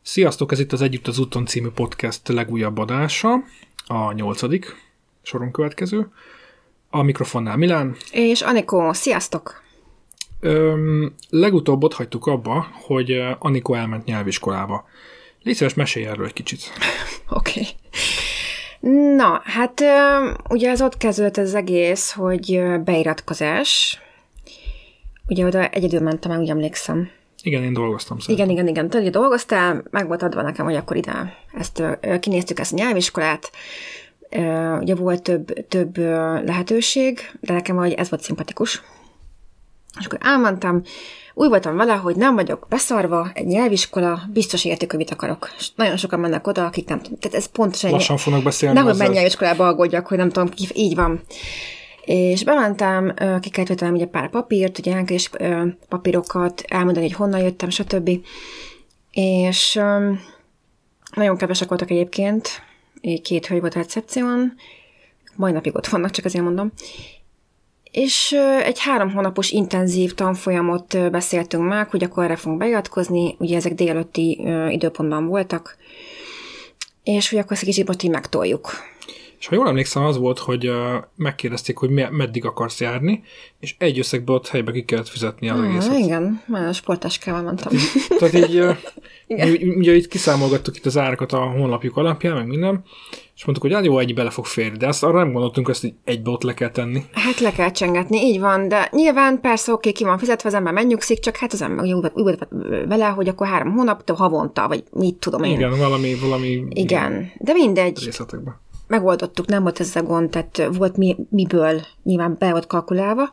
Sziasztok, ez itt az Együtt az úton című podcast legújabb adása, a 8. soron következő. A mikrofonnál Milán. És Anikó, sziasztok! Legutóbb ott hagytuk abba, hogy Anikó elment nyelviskolába. Légy szíves, mesélj erről egy kicsit. Oké. Na, hát ugye az ott kezdődött az egész, hogy beiratkozás. Ugye oda egyedül mentem, már úgy emlékszem. Igen, én dolgoztam szerintem. Igen. Te ugye dolgoztál, meg volt adva nekem, hogy akkor ide kinéztük ezt a nyelviskolát. Ugye volt több lehetőség, de nekem hogy ez volt szimpatikus. És akkor elmentem, úgy voltam vele, hogy nem vagyok beszarva, egy nyelviskola, biztos értik, hogy mit akarok. És nagyon sokan mennek oda, akik nem tudom. Tehát ez pontosan lassan fognak beszélni. Nehogy menj nyelviskolába aggódjak, hogy nem tudom, így van. És bementem, ki kellett vetelem ugye pár papírt, ugye elkezdés papírokat, elmondani, hogy honnan jöttem, stb. És nagyon kevesek voltak egyébként, így 2 hölgy volt a recepción, mai napig ott vannak, csak azért mondom. És egy 3 hónapos intenzív tanfolyamot beszéltünk meg, hogy akkor erre fogunk beiratkozni, ugye ezek délelőtti időpontban voltak, és hogy akkor ezt kicsit most így megtoljuk. És ha jól emlékszem, az volt, hogy megkérdezték, hogy meddig akarsz járni, és egy összegbe ott helybe ki kellett fizetni az egészet. Igen, már a sportáskával mentem. Tehát így ugye itt kiszámolgattuk itt az árakat a honlapjuk alapján, meg minden, és mondtuk, hogy hát jó, egy bele fog férni, de azt arra nem gondoltunk, hogy ezt egybe ott le kell tenni. Hát le kell csengetni, így van, de nyilván persze oké, ki van fizetve, az ember megnyugszik, csak hát az ember úgy volt vele, hogy akkor 3 hónap, havonta, vagy mit tudom én. Igen, valami igen, de mindegy. Részletekben. Megoldottuk, nem volt ez a gond, tehát volt miből nyilván be volt kalkulálva.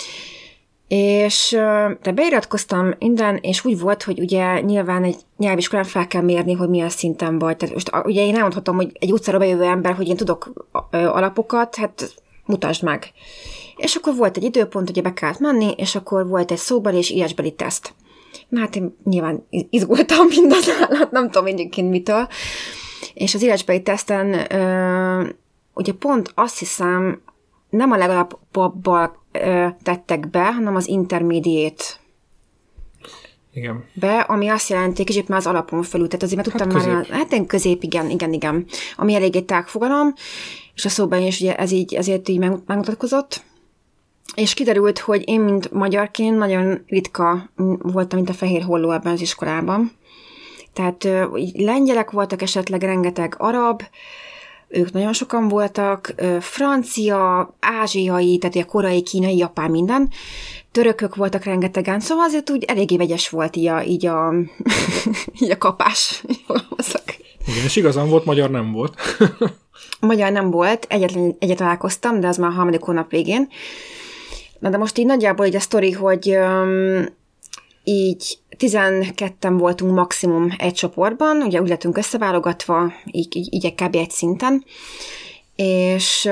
És de beiratkoztam minden, és úgy volt, hogy ugye nyilván egy nyelviskolán fel kell mérni, hogy milyen szinten vagy. Tehát most ugye én elmondhatom, hogy egy utcára bejövő ember, hogy én tudok alapokat, hát mutasd meg. És akkor volt egy időpont, ugye be kellett menni, és akkor volt egy szóbeli és írásbeli teszt. Na hát én nyilván izgultam mindazállat, nem tudom mindjárt mitől. És az írásbeli teszten ugye pont azt hiszem, nem a legalapabbal tettek be, hanem az intermediate igen. Be, ami azt jelenti, kicsit már az alapon felül, tehát azért már tudtam már, hát én közép, igen, ami eléggé tág fogalom, és a szóban is ugye ezért így megmutatkozott, és kiderült, hogy én, mint magyarként nagyon ritka voltam, mint a fehér holló ebben az iskolában. Tehát lengyelek voltak esetleg, rengeteg arab, ők nagyon sokan voltak, francia, ázsiai, tehát a koreai, kínai, japán, minden. Törökök voltak rengetegen, szóval azért úgy eléggé vegyes volt így a kapás. Igen, és igazán volt, magyar nem volt. Magyar nem volt, egyet találkoztam, de az már a 3. hónap végén. Na de most így nagyjából így a sztori, hogy így 12-en voltunk maximum egy csoportban, ugye úgy lettünk összeválogatva, így kb. Egy szinten, és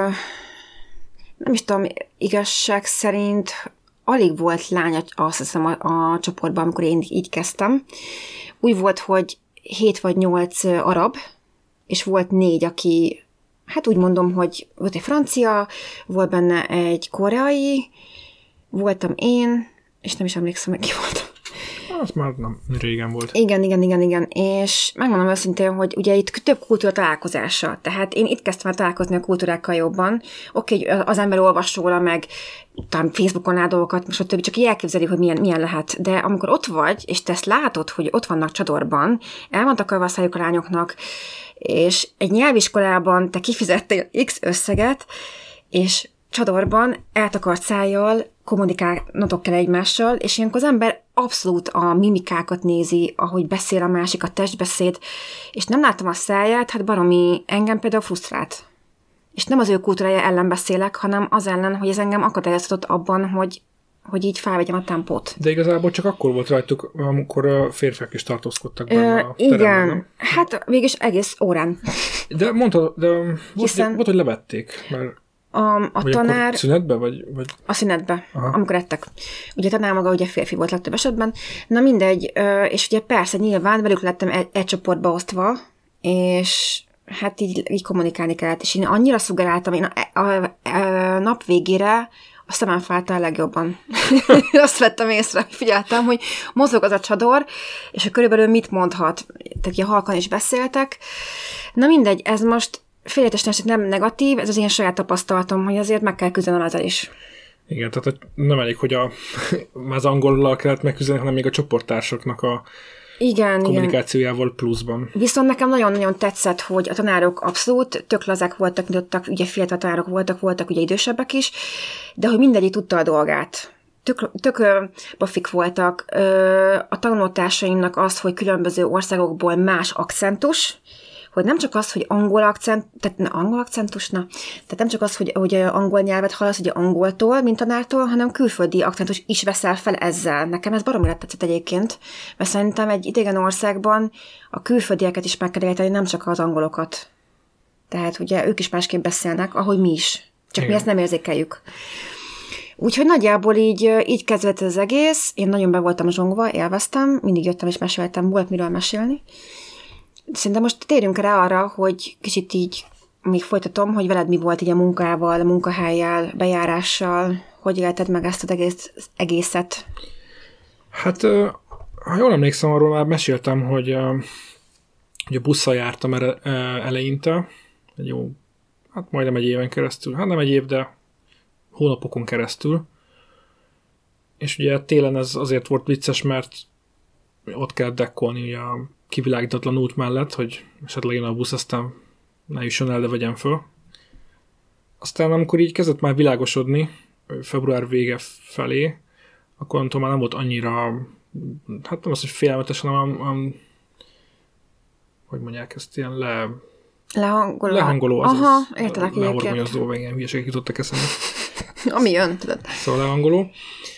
nem is tudom, igazság szerint alig volt lány azt hiszem a csoportban, amikor én így kezdtem. Úgy volt, hogy 7 vagy 8 arab, és volt 4, aki, hát úgy mondom, hogy volt egy francia, volt benne egy koreai, voltam én, és nem is emlékszem, hogy ki volt. Az már nem régen volt. Igen. És megmondom őszintén, hogy ugye itt több kultúra találkozása. Tehát én itt kezdtem el találkozni a kultúrákkal jobban. Oké, az ember olvas róla, meg talán Facebookon áll dolgokat, most a többi, csak így elképzeli, hogy milyen lehet. De amikor ott vagy, és te ezt látod, hogy ott vannak csadorban, el van takarva a szájuk a lányoknak, és egy nyelviskolában te kifizettél X összeget, és csadorban eltakart szájjal kommunikálnotok kell egymással, és ilyenkor az ember abszolút a mimikákat nézi, ahogy beszél a másik, a testbeszéd, és nem látom a száját, hát baromi engem például frusztrált. És nem az ő kultúrája ellen beszélek, hanem az ellen, hogy ez engem akadályoztatott abban, hogy így felvegyem a tempót. De igazából csak akkor volt rajtuk, amikor a férfiak is tartózkodtak benne a igen, teremben. hát végülis egész órán. De mondtad, volt, hogy levették, mert a tanár... Szünetbe, vagy? A szünetbe, amikor ettek. Ugye a tanár maga ugye férfi volt legtöbb esetben. Na mindegy, és ugye persze nyilván velük lettem egy csoportba osztva, és hát így kommunikálni kellett. És én annyira szugeráltam, én a nap végére a szemem fájta a legjobban. Azt vettem észre, figyeltem, hogy mozog az a csador, és hogy körülbelül mit mondhat. Tehát ugye halkan is beszéltek. Na mindegy, ez most félretesen nem negatív, ez az én saját tapasztalatom, hogy azért meg kell küzdenem ezzel is. Igen, tehát nem elég, hogy az angollal kellett megküzdeni, hanem még a csoporttársaknak a kommunikációjával pluszban. Viszont nekem nagyon-nagyon tetszett, hogy a tanárok abszolút tök lazák voltak, nyitottak, ugye fiatal tanárok voltak ugye idősebbek is, de hogy mindegyik tudta a dolgát. Tök bafik voltak. A tanulótársaimnak az, hogy különböző országokból más akcentus, hogy nem csak az, hogy angol akcentus, tehát nem csak az, hogy angol nyelvet hallasz, ugye angoltól, mint tanártól, hanem külföldi akcentus is veszel fel ezzel. Nekem ez baromira tetszett egyébként, mert szerintem egy idegen országban a külföldieket is meg kell érteni, nem csak az angolokat. Tehát ugye ők is másképp beszélnek, ahogy mi is. Csak igen. Mi ezt nem érzékeljük. Úgyhogy nagyjából így kezdődött az egész. Én nagyon be voltam zsongva, élveztem, mindig jöttem és meséltem, volt miről mesélni. Szerintem most térjünk rá arra, hogy kicsit így még folytatom, hogy veled mi volt így a munkával, a munkahellyel, bejárással, hogy élted meg ezt az egészet? Hát, ha jól emlékszem, arról már meséltem, hogy a busszal jártam eleinte, hát majdnem egy éven keresztül, hát nem egy év, de hónapokon keresztül. És ugye télen ez azért volt vicces, mert ott kellett dekkolni a kivilágítatlan út mellett, hogy esetleg jön a busz, aztán ne jusson el, de vegyem föl. Aztán amikor így kezdett már világosodni, február vége felé, akkor már nem volt annyira, hát nem az, hogy félelmetes, hanem hogy mondják ezt, ilyen lehangoló. Aha, értelek egyébként. Lehorgonyozó, vagy ilyen hülyeségek jutottak eszembe. Ami jön, tudod. Szóval lehangoló.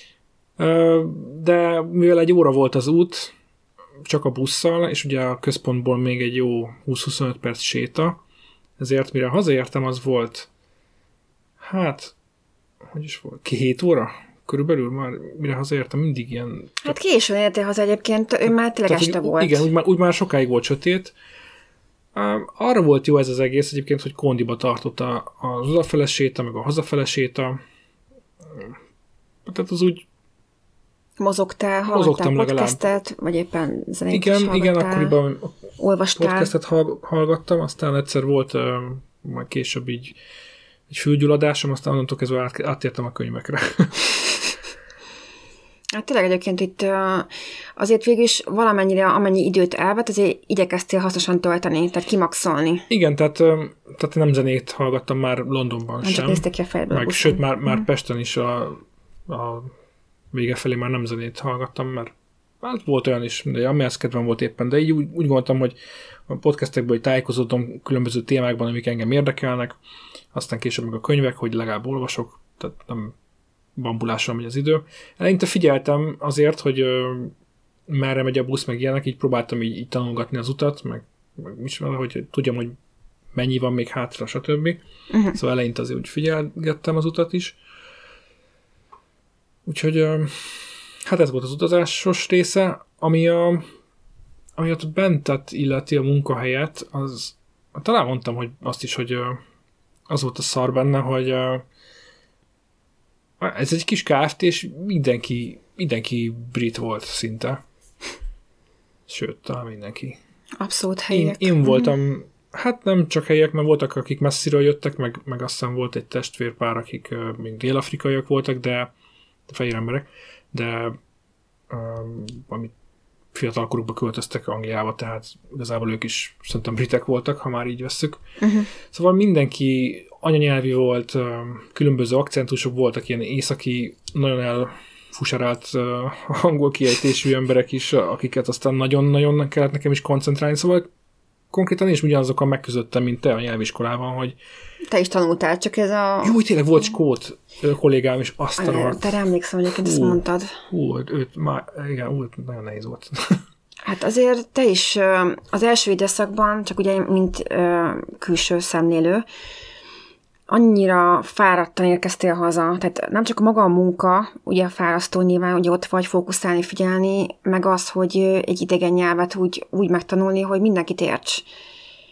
De mivel egy óra volt az út, csak a busszal, és ugye a központból még egy jó 20-25 perc séta, ezért mire hazaértem, az volt, hát, hogy is volt, 7 óra? Körülbelül már, mire hazaértem, mindig ilyen... Hát későn értél haza egyébként, ő már tényleg este volt. Igen, úgy már sokáig volt sötét. Arra volt jó ez az egész egyébként, hogy kondiba tartott az odafele séta, meg a hazafele séta. Tehát az úgy mozogtál, hallgattál podcastet, vagy éppen zenét is hallgattál. Igen, akkoriban olvastál. Podcastet hallgattam, aztán egyszer volt majd később így egy fülgyulladásom, aztán onnantól kezdve áttértem a könyvekre. Hát tényleg egyébként itt azért végül is valamennyire, amennyi időt elvett, azért igyekeztél hasznosan tölteni, tehát kimaxolni. Igen, tehát nem zenét hallgattam már Londonban sem. Csak néztek ki a fejedből. Sőt, már Pesten is a vége felé már nem zenét hallgattam, mert hát volt olyan is, de amihez kedvem volt éppen, de így úgy gondoltam, hogy a podcastekből tájékozódom különböző témákban, amik engem érdekelnek, aztán később meg a könyvek, hogy legalább olvasok, tehát nem bambulással megy az idő. Eleinte figyeltem azért, hogy merre megy a busz, meg ilyenek, így próbáltam így tanulgatni az utat, meg hogy tudjam, hogy mennyi van még hátra, stb. Szóval eleinte azért úgy figyelgettem az utat is. Úgyhogy hát ez volt az utazásos része, ami ott bentet illeti a munkahelyet, az talán mondtam, hogy azt is, hogy az volt a szar benne, hogy ez egy kis Kft. És mindenki brit volt szinte. Sőt, talán mindenki. Abszolút helyiek. Én voltam, hát nem csak helyiek, mert voltak, akik messziről jöttek, meg aztán volt egy testvérpár, akik még dél-afrikaiak voltak, de fehér emberek, de amit fiatalkorukban költöztek Angliába, tehát igazából ők is szerintem britek voltak, ha már így vesszük. Szóval mindenki anyanyelvi volt, különböző akcentusok voltak, ilyen északi, nagyon elfuserált angol kiejtésű emberek is, akiket aztán nagyon-nagyon kellett nekem is koncentrálni, szóval konkrétan én is ugyanazokkal megküzdöttem, mint te a nyelviskolában, hogy... Te is tanultál, csak ez a... Jó, tényleg volt skót kollégám, és azt tanult. Te emlékszem, egyébként ezt mondtad. Őt nagyon nehéz volt. Hát azért te is az első időszakban, csak ugye mint külső szemlélő, annyira fáradtan érkeztél haza, tehát nem csak maga a munka, ugye a fárasztó nyilván, ugye ott vagy fókuszálni, figyelni, meg az, hogy egy idegen nyelvet úgy megtanulni, hogy mindenkit érts.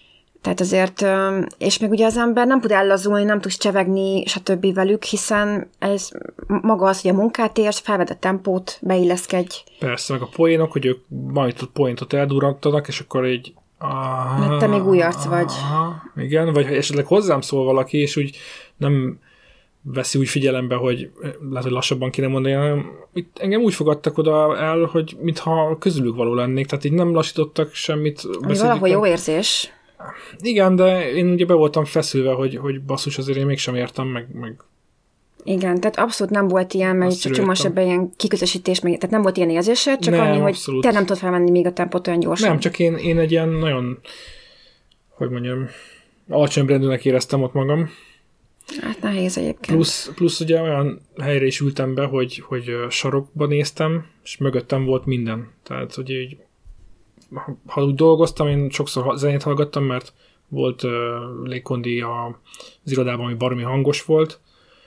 Tehát azért, és még ugye az ember nem tud ellazulni, nem tud csevegni, stb. Velük, hiszen ez maga az, hogy a munkát érsz, felved a tempót, beilleszkedj. Persze, meg a poénok, hogy ők majd poéntot eldurrantanak, és akkor így... Mert te még új arc vagy. Igen, vagy esetleg hozzám szól valaki, és úgy nem veszi úgy figyelembe, hogy lehet, hogy lassabban kéne mondani, hanem itt engem úgy fogadtak oda el, hogy mintha közülük való lennék, tehát így nem lassítottak semmit. Ami valahol jó érzés. Igen, de én ugye be voltam feszülve, hogy basszus, azért én mégsem értem, meg... Igen, tehát abszolút nem volt ilyen, mert csak csomós ebben ilyen kiközösítés, tehát nem volt ilyen érzése, csak annyi, abszolút. Hogy te nem tudod felmenni még a tempót olyan gyorsan. Nem, csak én egy ilyen nagyon, hogy mondjam, alacsony rendűnek éreztem ott magam. Hát nehéz egyébként. Plusz ugye olyan helyre is ültem be, hogy sarokba néztem, és mögöttem volt minden. Tehát, hogy így, ha úgy dolgoztam, én sokszor zenét hallgattam, mert volt légkondi az irodában, ami baromi hangos volt,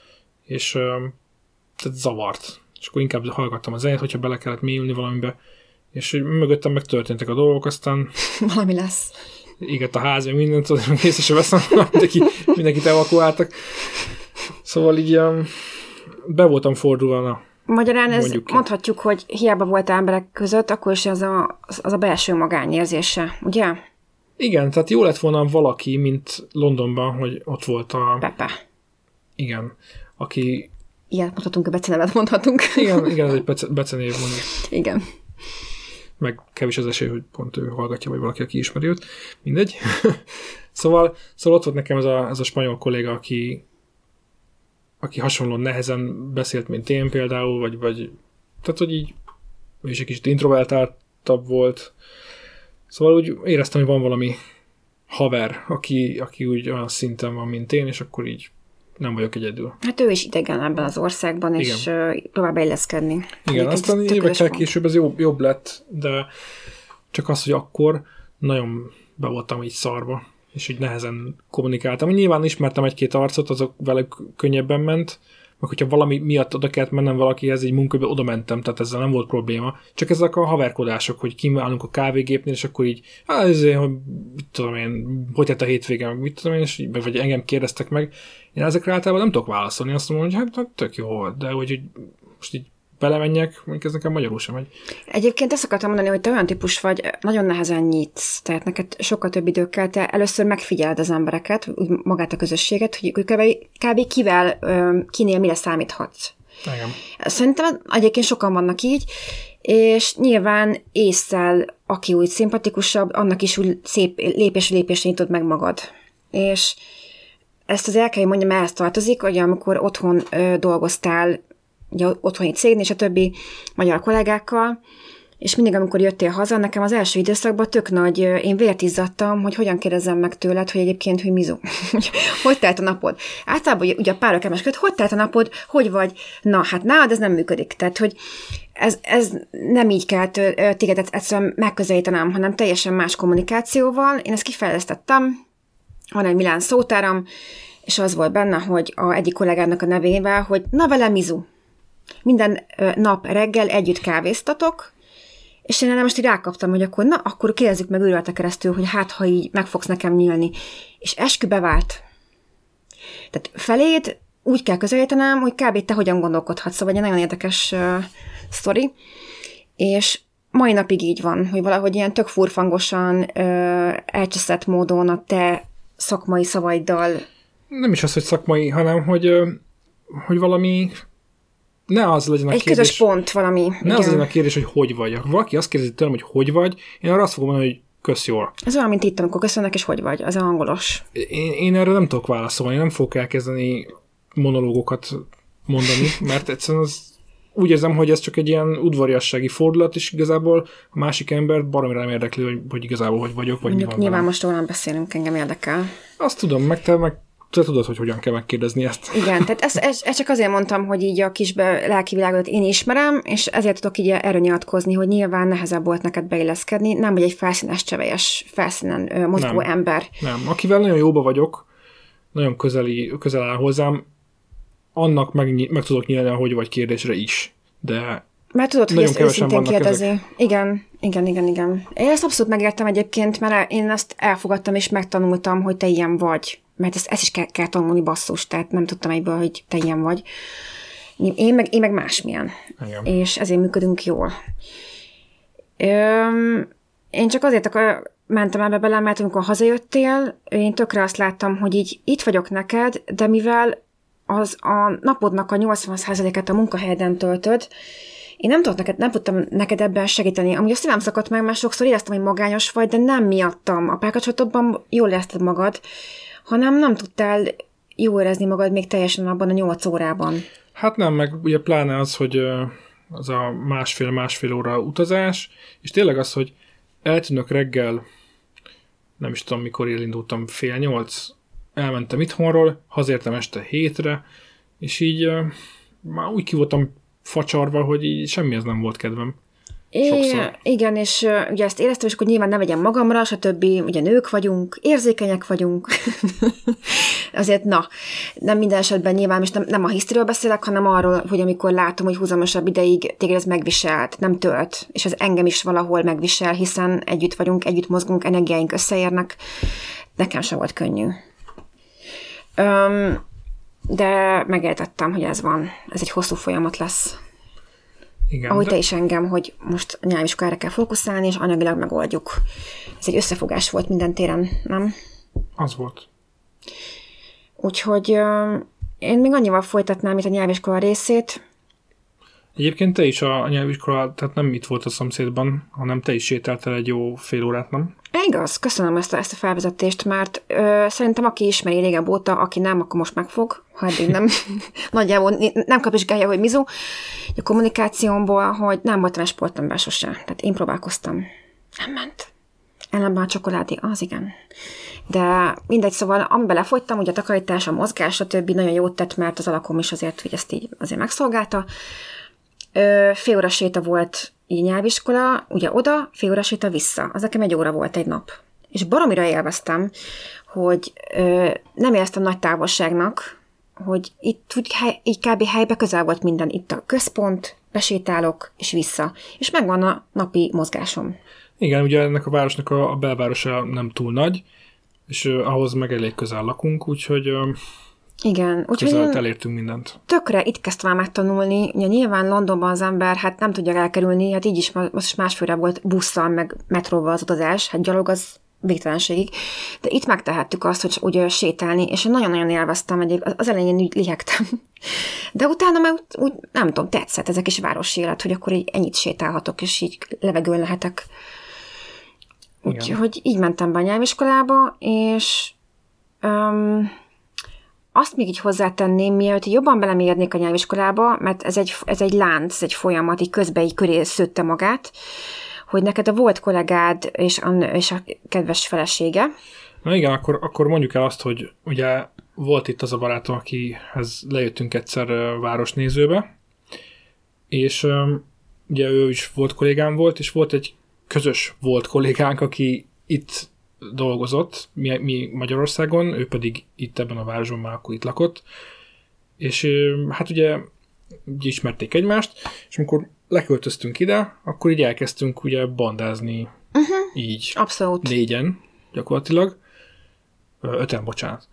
és tehát zavart. És akkor inkább hallgattam a zenét, hogyha bele kellett mélyülni valamibe, és mögöttem meg történtek a dolgok, aztán... Valami lesz. Égett a ház, meg mindent, észre se veszem, mindenkit evakuáltak. Szóval így be voltam fordulva. Magyarán mondhatjuk, hogy hiába volt emberek között, akkor is az a belső magányérzése, ugye? Igen, tehát jó lett volna valaki, mint Londonban, hogy ott volt a... Pepe. Igen, aki... Ilyet mondhatunk, a becenevet mondhatunk. Igen, ez egy becenév mondjuk. Igen. Meg kevés az esély, hogy pont ő hallgatja, vagy valaki, aki ismeri őt. Mindegy. szóval ott volt nekem ez a spanyol kolléga, aki hasonlóan nehezen beszélt, mint én például, vagy tehát, hogy így ő is egy kicsit introvertáltabb volt. Szóval úgy éreztem, hogy van valami haver, aki úgy olyan szinten van, mint én, és akkor így nem vagyok egyedül. Hát ő is idegen ebben az országban, igen. És próbál beilleszkedni. Igen, egyébként aztán évekkel később ez jobb lett, de csak az, hogy akkor nagyon be voltam így szarva, és így nehezen kommunikáltam. Nyilván ismertem egy-két arcot, azok vele könnyebben ment, meg hogyha valami miatt oda kellett mennem valakihez, így munkában oda mentem, tehát ezzel nem volt probléma. Csak ezek a haverkodások, hogy kívánunk a kávégépnél, és akkor így, hogy mit tudom én, hogy tett a hétvége, meg mit tudom én, és vagy engem kérdeztek meg. Én ezekre általában nem tudok válaszolni, azt mondom, hogy hát tök jó volt, de hogy most így belemenjek, mondjuk ez nekem magyarul sem megy. Egyébként ezt akartam mondani, hogy te olyan típus vagy, nagyon nehezen nyitsz, tehát neked sokkal több idő kell, te először megfigyeld az embereket, magát a közösséget, hogy kb. Kinél mire számíthatsz. Igen. Szerintem egyébként sokan vannak így, és nyilván ésszel, aki úgy szimpatikusabb, annak is úgy szép lépésre nyitod meg magad. És ezt az el kell, hogy mondjam, ehhez tartozik, hogy amikor otthon dolgoztál, ugye otthoni cégnél, és a többi magyar kollégákkal, és mindig, amikor jöttél haza, nekem az első időszakban tök nagy, én vért izzadtam, hogy hogyan kérdezzem meg tőled, hogy egyébként, hogy mizu. Hogy telt a napod? Általában ugye a párok emesködt, hogy telt a napod, hogy vagy? Na, hát nálad ez nem működik. Tehát, hogy ez nem így kell téged egyszerűen megközelítenem, hanem teljesen más kommunikációval. Én ezt kifejlesztettem, van egy Milán szótáram, és az volt benne, hogy egyik kollégának a nevével, hogy na vele mizu. Minden nap reggel együtt kávéztatok, és én most így rákaptam, hogy akkor kérdezzük meg őrülete keresztül, hogy hát, ha így meg fogsz nekem nyílni. És eskü bevált. Tehát feléd úgy kell közelítenem, hogy kb. Te hogyan gondolkodhatsz, szóval egy nagyon érdekes sztori. És mai napig így van, hogy valahogy ilyen tök furfangosan, elcseszett módon a te szakmai szavaiddal. Nem is az, hogy szakmai, hanem hogy valami... Ne az legyen a egy kérdés, közös pont valami. Ne az legyen a kérdés, hogy vagy. Ha valaki azt kérdezi tőlem, hogy vagy, én arra azt fogom mondani, hogy kösz jól. Ez olyan, mint itt, amikor köszönnek, és hogy vagy. Az angolos. Én erre nem tudok válaszolni, nem fogok elkezdeni monológokat mondani, mert egyszerűen úgy érzem, hogy ez csak egy ilyen udvariassági fordulat, és igazából a másik ember baromira nem érdekli, hogy igazából hogy vagyok, vagy mondjuk mi van nyilván velem. most rólam beszélünk, engem érdekel. Azt tudom, meg te tudod, hogy hogyan kell megkérdezni ezt. Igen, tehát ezt csak azért mondtam, hogy így a kis lelki világot én ismerem, és ezért tudok így erről nyilatkozni, hogy nyilván nehezebb volt neked beilleszkedni, nem vagy egy felszínes, csevélyes, felszínen mozgó ember. Nem, akivel nagyon jóba vagyok, nagyon közel áll hozzám, annak meg tudok nyílni a hogy vagy kérdésre is. De Mert tudod, hogy nagyon ezt őszintén kérdezi. ezek. Igen. Én ezt abszolút megértem egyébként, mert én ezt elfogadtam és megtanultam, hogy te ilyen vagy. Mert ezt is kell tanulni, basszus, tehát nem tudtam egyből, hogy te ilyen vagy. Én meg másmilyen. Igen. És ezért működünk jól. Én csak azért mentem ebbe bele, mert amikor hazajöttél, én tökre azt láttam, hogy így itt vagyok neked, de mivel a napodnak a 80%-át a munkahelyeden töltöd, én nem tudtam neked ebben segíteni. Amúgy a szívem szakadt meg, mert sokszor éreztem, hogy magányos vagy, de nem miattam. A párkapcsolatodban jól érezted magad, hanem nem tudtál jól érezni magad még teljesen abban a 8 órában. Hát nem, meg ugye pláne az, hogy az a másfél óra utazás, és tényleg az, hogy eltűnök reggel, nem is tudom, mikor elindultam, 7:30, elmentem itthonról, hazértem este 7-re, és így már úgy ki voltam facsarva, hogy így semmihez nem volt kedvem. Igen, és ugye ezt éreztem, és akkor nyilván ne vegyem magamra, stb. Ugye nők vagyunk, érzékenyek vagyunk. Azért, nem minden esetben nyilván, és nem a hisztiről beszélek, hanem arról, hogy amikor látom, hogy húzamosabb ideig téged ez megviselt, nem tölt, és ez engem is valahol megvisel, hiszen együtt vagyunk, együtt mozgunk, energiáink összeérnek. Nekem sem volt könnyű. De megértettem, hogy ez van. Ez egy hosszú folyamat lesz. Igen, ahogy te is engem, hogy most a nyelviskolára kell fókuszálni, és anyagilag megoldjuk. Ez egy összefogás volt minden téren, nem? Az volt. Úgyhogy én még annyival folytatnám itt a nyelviskola részét. Egyébként te is a nyelviskola, tehát nem itt volt a szomszédban, hanem te is sétáltál egy jó fél órát, nem? Igaz, köszönöm ezt a felvezetést, mert szerintem aki ismeri régebb óta, aki nem, akkor most megfog, ha eddig nem, nagyjából nem kapizsgálja, hogy mizu, a kommunikációmból, hogy nem voltam egy sportember sose. Tehát én próbálkoztam. Nem ment. Ellenben a csokoládé, az igen. De mindegy, szóval amiben lefogytam, ugye a takarítás, a mozgás, a többi nagyon jót tett, mert az alakom is azért, hogy ezt így azért megszolgálta. Fél óra séta volt így nyelviskola, ugye oda, fél óra séta vissza. Az nekem 1 óra volt egy nap. És baromira élveztem, hogy nem éreztem nagy távolságnak, hogy itt úgy így kb. Helybe közel volt minden. Itt a központ, besétálok, és vissza. És megvan a napi mozgásom. Igen, ugye ennek a városnak a belvárosa nem túl nagy, és ahhoz meg elég közel lakunk, úgyhogy igen, közel elértünk mindent. Tökre itt kezdtem megtanulni. Ugye nyilván Londonban az ember hát nem tudja elkerülni, hát így is most másfélre volt busszal, meg metróval az utazás, hát gyalog az végtelenségig. De itt megtehettük azt, hogy ugye sétálni, és én nagyon-nagyon élveztem egyébként. Az elején úgy lihegtem. De utána meg úgy, nem tudom, tetszett ez a kis városi élet, hogy akkor így ennyit sétálhatok, és így levegőn lehetek. Úgyhogy így mentem be a nyelviskolába, és azt még így hozzátenném, mielőtt jobban belemérnék a nyelviskolába, mert ez egy lánc, ez egy folyamat, így közben így köré szőtte magát, hogy neked a volt kollégád és a kedves felesége. Na igen, akkor mondjuk el azt, hogy ugye volt itt az a barátom, akihez lejöttünk egyszer városnézőbe, és ugye ő is volt kollégám volt, és volt egy közös volt kollégánk, aki itt dolgozott, mi Magyarországon, ő pedig itt ebben a városban már akkor itt lakott, és hát ugye ismerték egymást, és amikor leköltöztünk ide, akkor így elkezdtünk ugye bandázni így. Abszolút. 4-en gyakorlatilag. 5-en, bocsánat.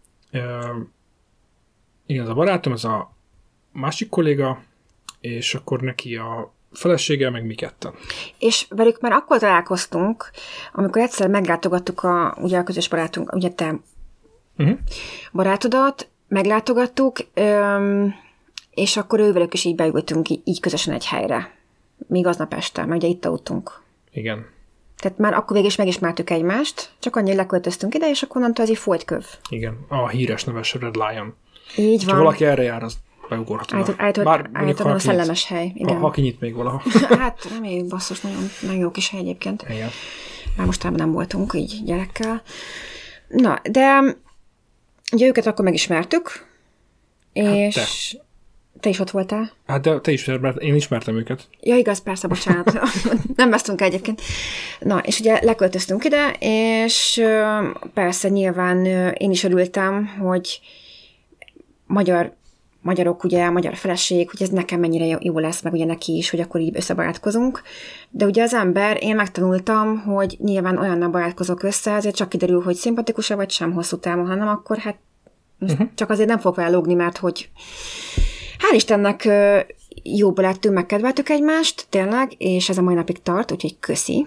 Igen, ez a barátom, ez a másik kolléga, és akkor neki a felesége, meg mi ketten. És velük már akkor találkoztunk, amikor egyszer meglátogattuk ugye a közös barátunk, ugye te barátodat, meglátogattuk, és akkor ővelük is így beültünk így közösen egy helyre. Még aznap este, mert ugye itt aludtunk. Igen. Tehát már akkor végig is megismertük egymást, csak annyi, hogy leköltöztünk ide, és akkor onnantól ez így folyt köv. Igen, a híres neves Red Lion. Így van. Ha valaki erre jár, az beugorhat oda. Általában a szellemes hely. Igen. Ha kinyit még valaha. Hát reméljük, basszus, nagyon jó kis hely egyébként. Igen. Már mostában nem voltunk így gyerekkel. Na, de ugye őket akkor megismertük, és... Hát te is ott voltál? Hát de te is, mert én ismertem őket. Ja, igaz, persze, bocsánat. Nem vesztünk egyébként. Na, és ugye leköltöztünk ide, és persze nyilván én is örültem, hogy magyar magyarok, ugye a magyar feleség, hogy ez nekem mennyire jó lesz, meg ugye neki is, hogy akkor így összebarátkozunk. De ugye az ember, én megtanultam, hogy nyilván olyannal barátkozok össze, ezért csak kiderül, hogy szimpatikus-e vagy sem hosszú távon, hanem akkor hát csak azért nem fogok vele lógni, mert hogy hál' Istennek jóba lettünk, megkedveltük egymást, tényleg, és ez a mai napig tart, úgyhogy köszi.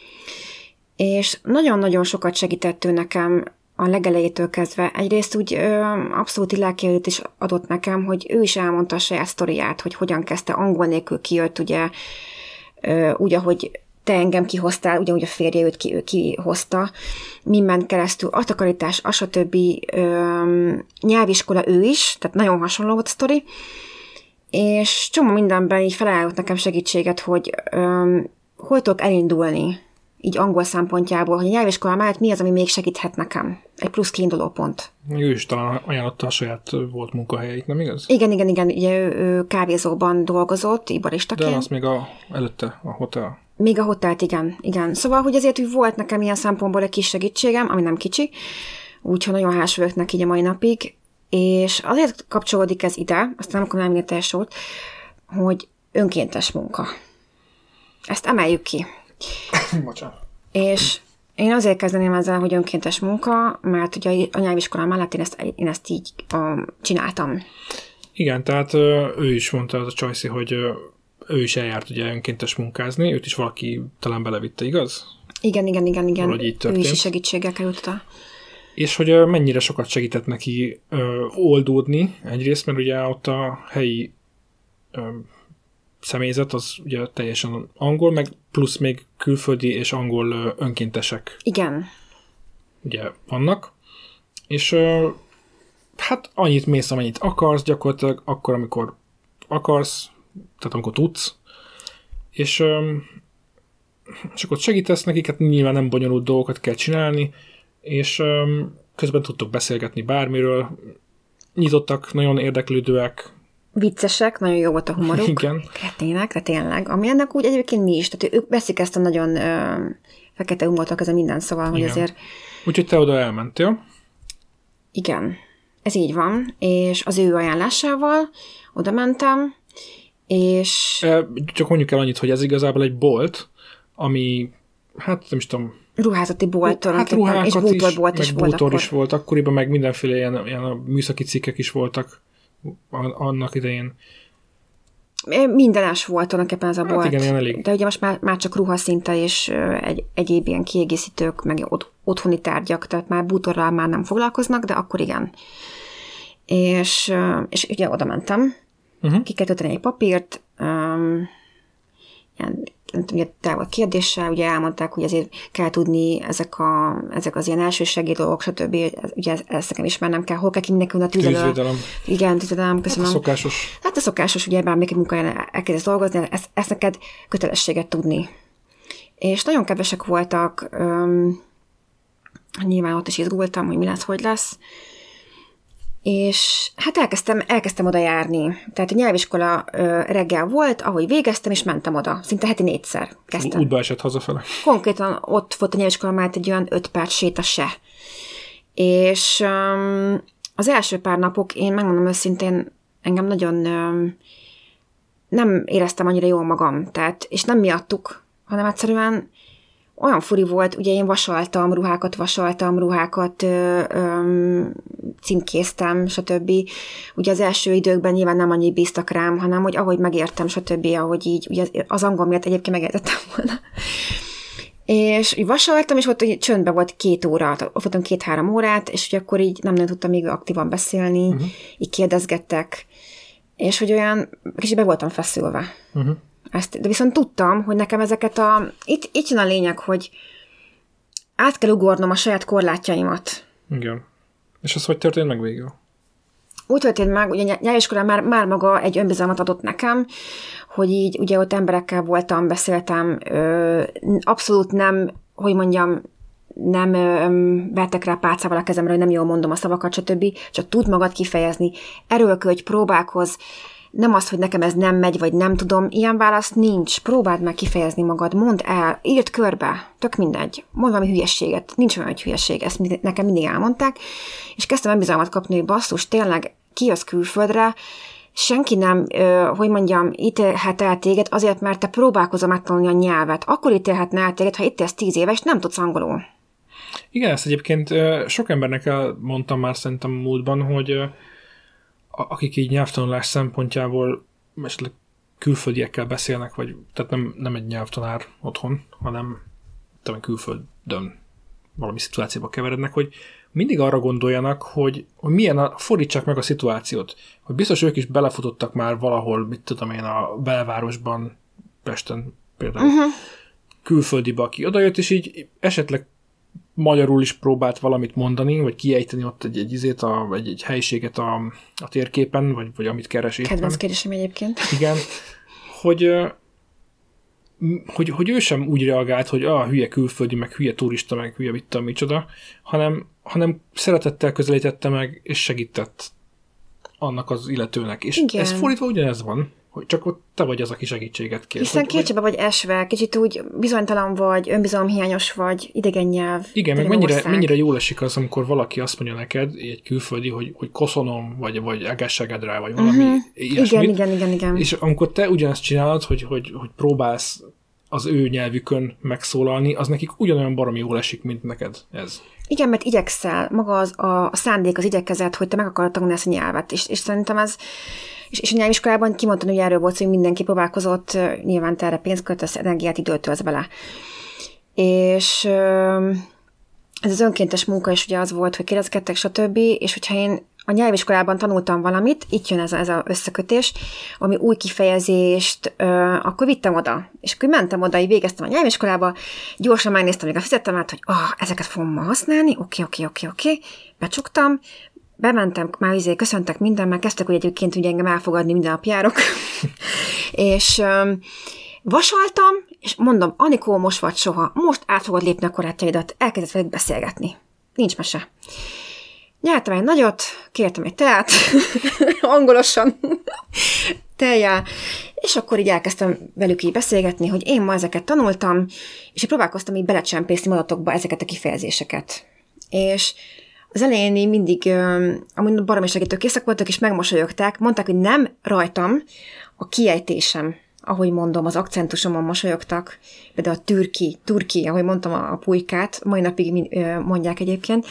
És nagyon-nagyon sokat segített ő nekem a legelejétől kezdve. Egyrészt úgy abszolút lelkielőt is adott nekem, hogy ő is elmondta a saját sztoriát, hogy hogyan kezdte, angol nélkül kijött, ugye, úgy, ahogy te engem kihoztál, ugyanúgy a férje őt kihozta, min ment keresztül, a takarítás, a többi nyelviskola ő is, tehát nagyon hasonló volt a sztori, és csomó mindenben így felajánlott nekem segítséget, hogy hol tudok elindulni, így angol szempontjából, hogy a nyelviskola mellett mi az, ami még segíthet nekem. Egy plusz kiinduló pont. Ő is talán ajánlotta a saját volt munkahelyeit, nem igaz? Igen. Ugye ő kávézóban dolgozott, így baristaként. De az még előtte a hotel. Még a hotelt, igen. Szóval, hogy azért úgy volt nekem ilyen szempontból egy kis segítségem, ami nem kicsi, úgyhogy nagyon hálás vagyok neki így a mai napig, és azért kapcsolódik ez ide, aztán nem akarom elmenni teljes sót, hogy önkéntes munka. Ezt emeljük ki. Bocsánat. És én azért kezdeném ezzel, hogy önkéntes munka, mert ugye a nyelviskolám mellett én ezt így csináltam. Igen, tehát ő is mondta, az a Csajci, hogy ő is eljárt ugye önkéntes munkázni, őt is valaki talán belevitte, igaz? Igen. Valahogy így történt. Ő is segítséggel került oda. És hogy mennyire sokat segített neki oldódni egyrészt, mert ugye ott a helyi személyzet az ugye teljesen angol, meg plusz még külföldi és angol önkéntesek. Igen. Ugye vannak, és hát annyit mész, amennyit akarsz, gyakorlatilag akkor, amikor akarsz, tehát amikor tudsz, és akkor segítesz nekik, hát nyilván nem bonyolult dolgokat kell csinálni, és közben tudtok beszélgetni bármiről, nyitottak, nagyon érdeklődőek, viccesek, nagyon jó volt a humoruk. Igen. Kretének, de tényleg. Ami ennek úgy egyébként mi is. Tehát ők veszik ezt a nagyon fekete humortak, ez a minden, szóval, hogy azért... Úgyhogy te oda elmentél. Igen. Ez így van. És az ő ajánlásával oda mentem, és... Csak mondjuk el annyit, hogy ez igazából egy bolt, ami, hát nem is tudom... Ruházati bolt, hát ruhákat és bútorbolt is volt bútor is volt. Akkoriban meg mindenféle ilyen műszaki cikkek is voltak annak idején. Mindenes volt tulajdonképpen ez a bolt. Hát igen, elég. De ugye most már csak ruhaszinte és egyéb ilyen kiegészítők, meg otthoni tárgyak, tehát már bútorral már nem foglalkoznak, de akkor igen. És ugye oda mentem, ki kell tölteni egy papírt, ilyen, nem tudom, ugye távol kérdéssel, ugye elmondták, hogy azért kell tudni ezek az ilyen elsősegély dolgok, stb. Ugye ezt nekem ismernem kell, hol kell ki mindenki a tűzvédelem. Igen, tűzvédelem, köszönöm. Hát a szokásos. Hát a szokásos, ugye bármelyik munkáján elkezdesz dolgozni, ezt neked kötelességet tudni. És nagyon kedvesek voltak, nyilván ott is izgultam, hogy mi lesz, hogy lesz. És hát elkezdtem oda járni. Tehát a nyelviskola reggel volt, ahogy végeztem, és mentem oda. Szinte heti 4-szer kezdtem. Útba esett hazafele. Konkrétan ott volt a nyelviskola mellett egy olyan 5 perc séta se. És az első pár napok, én megmondom őszintén, engem nagyon nem éreztem annyira jól magam. Tehát, és nem miattuk, hanem egyszerűen olyan furi volt, ugye én vasaltam ruhákat, címkéztem, stb. Ugye az első időkben nyilván nem annyi bíztak rám, hanem hogy ahogy megértem, stb., ahogy így, ugye az angol miatt egyébként megértettem volna. És így vasaltam, és ott csöndben volt 2 óra, ott voltam 2-3 órát, és ugye akkor így nem tudtam még aktívan beszélni, így kérdezgettek, és hogy olyan kicsit be voltam feszülve. De viszont tudtam, hogy nekem ezeket itt jön a lényeg, hogy át kell ugornom a saját korlátjaimat. Igen. És az hogy történt meg végül? Úgy történt meg, ugye nyelviskolán már maga egy önbizalmat adott nekem, hogy így ugye ott emberekkel voltam, beszéltem, abszolút nem, hogy mondjam, nem vettek rá pálcával a kezemre, hogy nem jól mondom a szavakat, stb. Csak tud magad kifejezni, erőlködj, próbálkozz, nem az, hogy nekem ez nem megy, vagy nem tudom, ilyen válasz nincs. Próbáld meg kifejezni magad, mondd el, írd körbe, tök mindegy. Mondd valami hülyességet, nincs olyan, hogy hülyesség, ezt nekem mindig elmondták, és kezdtem önbizalmat kapni, hogy basszus, tényleg kijössz külföldre, senki nem, ítélhet el téged azért, mert te próbálkozol megtanulni a nyelvet. Akkor ítélhetne el téged, ha itt élsz 10 éves, nem tudsz angolul. Igen, ezt egyébként sok embernek mondtam már szerintem a múltban, hogy akik így nyelvtanulás szempontjából esetleg külföldiekkel beszélnek, vagy tehát nem egy nyelvtanár otthon, hanem külföldön valami szituációba keverednek, hogy mindig arra gondoljanak, hogy milyen fordítsák meg a szituációt. Hogy biztos ők is belefutottak már valahol, mit tudom én, a belvárosban, Pesten például, külföldibe, aki odajött, és így esetleg magyarul is próbált valamit mondani, vagy kiejteni ott egy helyiséget a térképen, vagy amit keres éppen. Kedvenc kérdésem egyébként. Igen, hogy ő sem úgy reagált, hogy hülye külföldi, meg hülye turista, meg hülye mit tudom micsoda, hanem szeretettel közelítette meg, és segített annak az illetőnek. És igen. Ez fordítva ugyanez van, hogy csak ott te vagy az, aki segítséget kér. Hiszen kétségbe vagy esve, kicsit úgy bizonytalan vagy, önbizalomhiányos vagy, idegen nyelv. Igen, meg mennyire jól esik az, amikor valaki azt mondja neked, egy külföldi, hogy koszonom, vagy egészséged rá, vagy valami ilyesmit. Igen. És amikor te ugyanezt csinálod, hogy próbálsz az ő nyelvükön megszólalni, az nekik ugyanolyan baromi jól esik, mint neked ez. Igen, mert igyekszel, maga a szándék, az igyekezet, hogy te meg akarod tanulni ezt a nyelvet. És szerintem ez, és a nyelviskolában kimondtam, hogy erről volt, hogy mindenki próbálkozott, nyilván te erre pénzt költesz, energiát, időt töltsz bele. És ez az önkéntes munka is ugye az volt, hogy kérdezgettek, stb. És hogyha én a nyelviskolában tanultam valamit, itt jön ez az összekötés, ami új kifejezést, akkor vittem oda. És akkor mentem oda, így végeztem a nyelviskolába, gyorsan megnéztem még a fizettemet, hogy ezeket fogom ma használni, oké. Becsuktam, bementem, már köszöntek minden, már kezdtek, hogy egyébként ugye engem elfogadni minden nap járok. És vasaltam, és mondom, Anikó, most vagy soha, most át fogod lépni a korlátjaidat, elkezdett velük beszélgetni. Nincs mese. Nyertem egy nagyot, kértem egy teát, angolosan, tejjel, és akkor így elkezdtem velük így beszélgetni, hogy én ma ezeket tanultam, és próbálkoztam így belecsempészni mondatokba ezeket a kifejezéseket. És az elején mindig, amúgy baromi segítőkészek voltak, és megmosolyogták, mondták, hogy nem rajtam, a kiejtésem, ahogy mondom, az akcentusomon mosolyogtak, például a turki, ahogy mondtam a pulykát, mai napig mondják egyébként,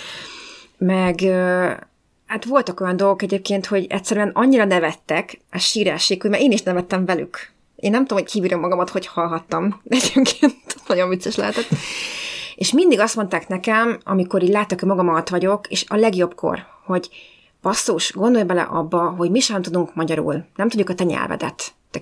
meg hát voltak olyan dolgok egyébként, hogy egyszerűen annyira nevettek, a sírásig, hogy mert én is nevettem velük. Én nem tudom, hogy kívülről magamat, hogy hallhattam. Egyébként nagyon vicces lehetett. És mindig azt mondták nekem, amikor így láttak, hogy magam alatt vagyok, és a legjobbkor, hogy basszus, gondolj bele abba, hogy mi sem tudunk magyarul, nem tudjuk a te nyelvedet. Te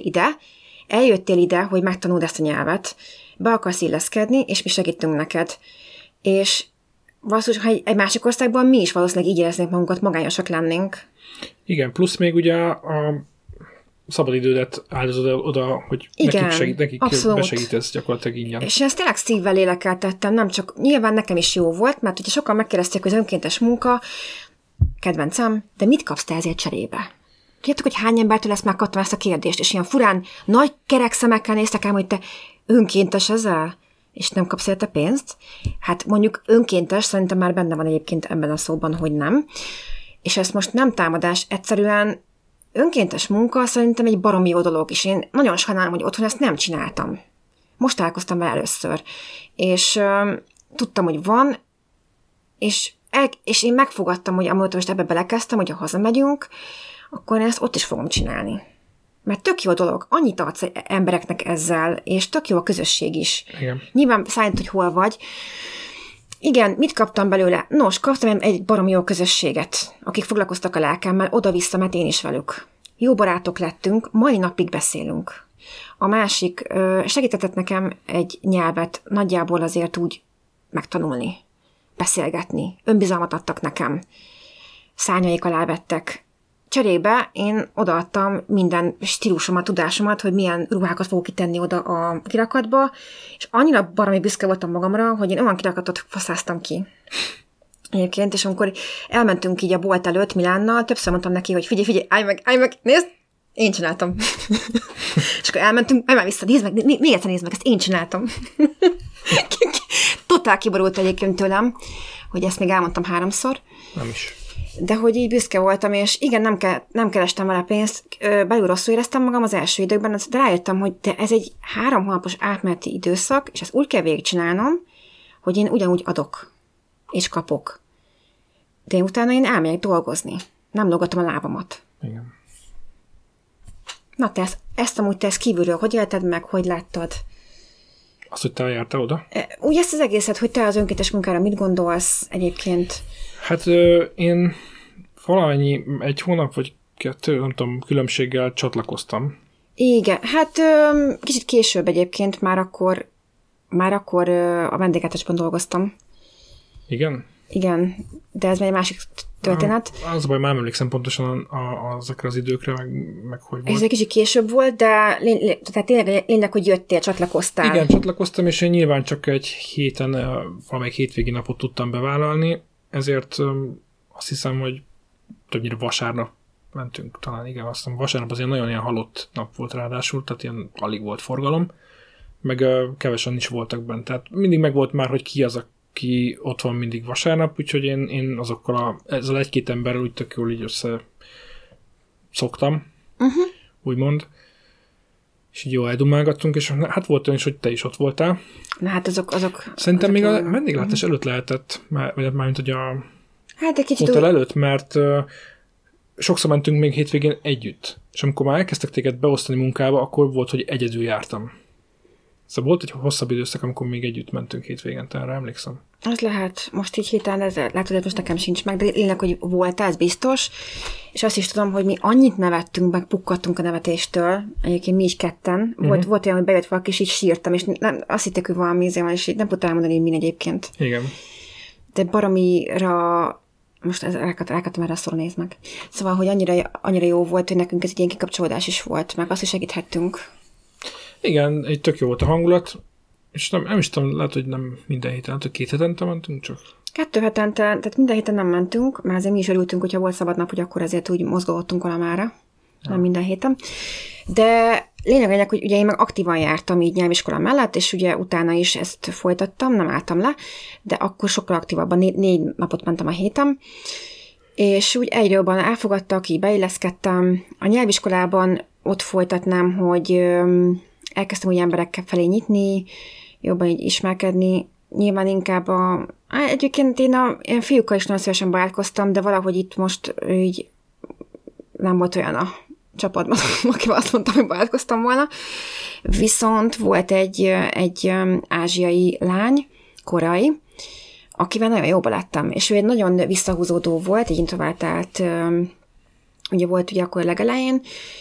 eljöttél ide, hogy megtanuld ezt a nyelvet, be akarsz illeszkedni, és mi segítünk neked. És valószínűleg, ha egy másik országban mi is valószínűleg így éreznénk magunkat, magányosak lennénk. Igen, plusz még ugye a szabadidődet áldozod oda, hogy nekik besegítesz gyakorlatilag ingyen. És ezt tényleg szívvel, lélekkel tettem, nem csak, nyilván nekem is jó volt, mert hogyha sokan megkérdezték, hogy az önkéntes munka, kedvencem, de mit kapsz te ezért cserébe? Tudjátok, hogy hány embertől ezt megkaptam ezt a kérdést, és ilyen furán, nagy kerek szemekkel néztek ám, hogy te önkéntes ezzel? És nem kapsz érte pénzt? Hát mondjuk önkéntes, szerintem már benne van egyébként ebben a szóban, hogy nem. És ez most nem támadás, egyszerűen önkéntes munka szerintem egy baromi jó dolog, és én nagyon sajnálom, hogy otthon ezt nem csináltam. Most találkoztam vele először. És tudtam, hogy van, és én megfogadtam, hogy amikor most ebbe belekezdtem, hogy ha hazamegyünk, akkor én ezt ott is fogom csinálni. Mert tök jó dolog, annyit adsz embereknek ezzel, és tök jó a közösség is. Igen. Nyilván számít, hogy hol vagy. Igen, mit kaptam belőle? Nos, kaptam egy baromi jó közösséget, akik foglalkoztak a lelkemmel, oda-vissza, mert én is velük. Jó barátok lettünk, mai napig beszélünk. A másik segítetett nekem egy nyelvet nagyjából azért úgy megtanulni, beszélgetni. Önbizalmat adtak nekem. Szárnyaik alá vettek. Cserébe én odaadtam minden stílusomat, tudásomat, hogy milyen ruhákat fogok kitenni oda a kirakatba, és annyira baromi büszke voltam magamra, hogy én olyan kirakatot faszáztam ki. Egyébként, és amikor elmentünk így a bolt előtt Milánnal, többször mondtam neki, hogy figyelj, állj meg, nézd, én csináltam. És akkor elmentünk, állj már vissza, nézd meg, még egyszer nézd meg, ezt én csináltam. Totál kiborult egyébként tőlem, hogy ezt még elmondtam 3-szor. Nem is. De hogy így büszke voltam, és igen, nem kerestem vele pénzt, belül rosszul éreztem magam az első időkben, de rájöttem, hogy de ez egy 3 hónapos átmeneti időszak, és ezt úgy kell végigcsinálnom, hogy én ugyanúgy adok, és kapok. De utána én elmegyek dolgozni. Nem lógatom a lábamat. Igen. Na te ezt amúgy te ezt kívülről, hogy élted meg, hogy láttad? Azt, hogy te jártál oda? Úgy ezt az egészet, hogy te az önkéntes munkára mit gondolsz egyébként? Hát én valamennyi 1 hónap vagy 2, nem tudom, különbséggel csatlakoztam. Igen, hát kicsit később egyébként már akkor a vendéglátásban dolgoztam. Igen? Igen, de ez már egy másik történet. Az a baj, már emlékszem pontosan azokra az időkre, meg hogy volt. Ez egy kicsit később volt, de tehát tényleg, hogy jöttél, csatlakoztál. Igen, csatlakoztam, és én nyilván csak egy héten, valamelyik hétvégi napot tudtam bevállalni, ezért azt hiszem, hogy többnyire vasárnap mentünk, talán igen, azt hiszem vasárnap azért nagyon ilyen halott nap volt ráadásul, tehát ilyen alig volt forgalom, meg kevesen is voltak bent, tehát mindig megvolt már, hogy ki az, aki ott van mindig vasárnap, úgyhogy én azokkal ezzel 1-2 emberrel úgy tök jól így össze szoktam, úgymond, és így jól eldumálgattunk, és hát volt olyan is, hogy te is ott voltál. Na hát azok Szerintem még a vendéglátás előtt lehetett, vagy mármint, hogy a hát egy kicsit hotel előtt, mert sokszor mentünk még hétvégén együtt, és amikor már elkezdtek téged beosztani munkába, akkor volt, hogy egyedül jártam. Szóval volt egy hosszabb időszak, amikor még együtt mentünk hétvégén, te erre emlékszem? Az lehet, most így héten, ez látod, hogy most nekem sincs meg, de lényeg, hogy voltál, ez biztos, és azt is tudom, hogy mi annyit nevettünk, meg pukkadtunk a nevetéstől, egyébként mi is ketten, volt olyan, hogy bejött valaki, és így sírtam, és azt hitték, hogy valami van, és így nem tudtam elmondani, hogy min egyébként. Igen. De baromira, most rákattam erre a szóra, nézd meg. Szóval, hogy annyira jó volt, hogy nekünk ez egy ilyen kikapcsolódás is volt, meg azt is segíthettünk. Igen, egy tök jó volt a hangulat, és nem is tudom, lehet, hogy nem minden héten, lehet, hogy 2 hetente mentünk csak. 2 hetente, tehát minden héten nem mentünk, mert azért mi is örültünk, hogyha volt szabad nap, hogy akkor azért úgy mozgolódtunk valamára, nem minden héten. De lényeg, hogy ugye én meg aktívan jártam így nyelviskola mellett, és ugye utána is ezt folytattam, nem álltam le, de akkor sokkal aktívabban, 4 napot mentem a héten, és úgy egyre jobban elfogadtak, így beilleszkedtem. A nyelviskolában ott folytatnám, hogy elkezdtem úgy emberekkel felé nyitni, jobban így ismerkedni. Nyilván inkább egyébként én fiúkkal is nagyon szívesen barátkoztam, de valahogy itt most így nem volt olyan a csapatban, akivel azt mondtam, hogy barátkoztam volna. Viszont volt egy ázsiai lány, koreai, akivel nagyon jóba lettem, és ő egy nagyon visszahúzódó volt, egy introvertált, ugye volt ugye akkor legelején,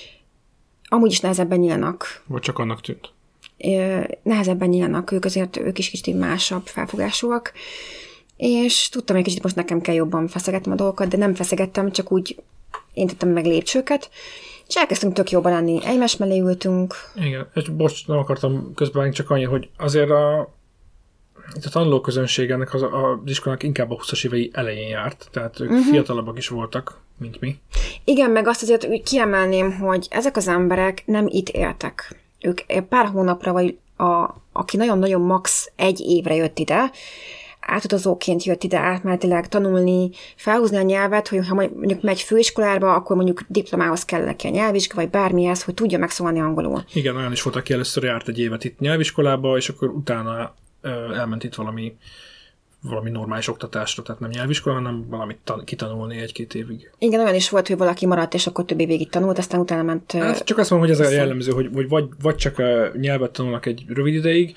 amúgy is nehezebben nyílnak. Vagy csak annak tűnt? Nehezebben nyílnak ők is kicsit másabb felfogásúak, és tudtam, hogy kicsit most nekem kell jobban feszegetnem a dolgokat, de nem feszegettem, csak úgy én tettem meg lépcsőket, és elkezdtünk tök jobban lenni. Egymás mellé ültünk. Igen, és most nem akartam közben csak annyi, hogy azért itt a tanulóközönség ennek az iskolának inkább a 20-as évei elején járt, tehát ők fiatalabbak is voltak, mint mi. Igen, meg azt azért úgy kiemelném, hogy ezek az emberek nem itt éltek. Ők pár hónapra, vagy aki nagyon-nagyon max 1 évre jött ide, átutazóként jött ide átmenetileg tanulni, felhúzni a nyelvet, hogy ha mondjuk megy főiskolába, akkor mondjuk diplomához kell neki a nyelvvizsga, vagy bármihez, hogy tudja megszólalni angolul. Igen, olyan is volt, aki először járt egy évet itt nyelviskolába, és akkor utána elment itt valami normális oktatásra, tehát nem nyelviskola, hanem valamit kitanulni 1-2 évig. Igen, olyan is volt, hogy valaki maradt, és akkor több évig tanult, aztán utána ment... Hát csak azt mondom, hogy ez a jellemző, hogy vagy csak nyelvet tanulnak egy rövid ideig,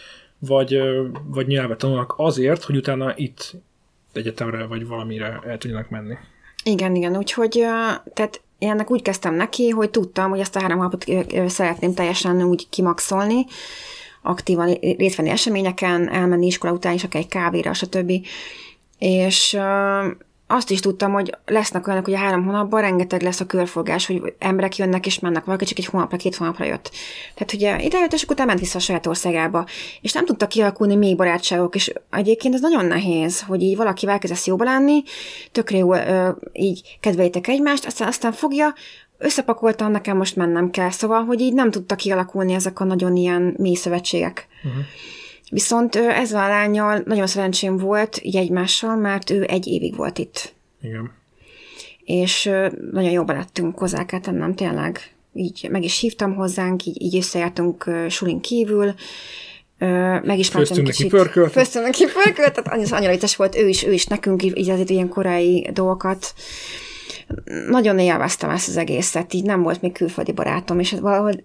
vagy nyelvet tanulnak azért, hogy utána itt egyetemre, vagy valamire el tudjanak menni. Igen, úgyhogy tehát én ennek úgy kezdtem neki, hogy tudtam, hogy ezt a 3 hónapot szeretném teljesen úgy kimaxolni, aktívan részt venni eseményeken, elmenni iskola után is, akár egy kávéra, stb. És azt is tudtam, hogy lesznek olyanok, hogy a 3 hónapban rengeteg lesz a körforgás, hogy emberek jönnek és mennek, valaki csak 1 hónapra, 2 hónapra jött. Tehát ugye idejött, és utána ment vissza a saját országába. És nem tudtak kialakulni még barátságok, és egyébként ez nagyon nehéz, hogy így valakivel elkezdesz jóba lenni, tökre jól így kedveljétek egymást, aztán fogja, összepakoltam, nekem most mennem kell, szóval, hogy így nem tudtak kialakulni ezek a nagyon ilyen mély szövetségek. Viszont ezzel a lánnyal nagyon szerencsém volt így egymással, mert ő 1 évig volt itt. Igen. és nagyon jobban lettünk, hozzá kell tennem, tényleg. Így meg is hívtam hozzánk, így összejártunk sulin kívül, megismertem kicsit. Főztünk neki pörkölt, tehát annyira vicces volt ő is nekünk, így azért ilyen korai dolgokat. Nagyon élveztem ezt az egészet, így nem volt még külföldi barátom, és valahogy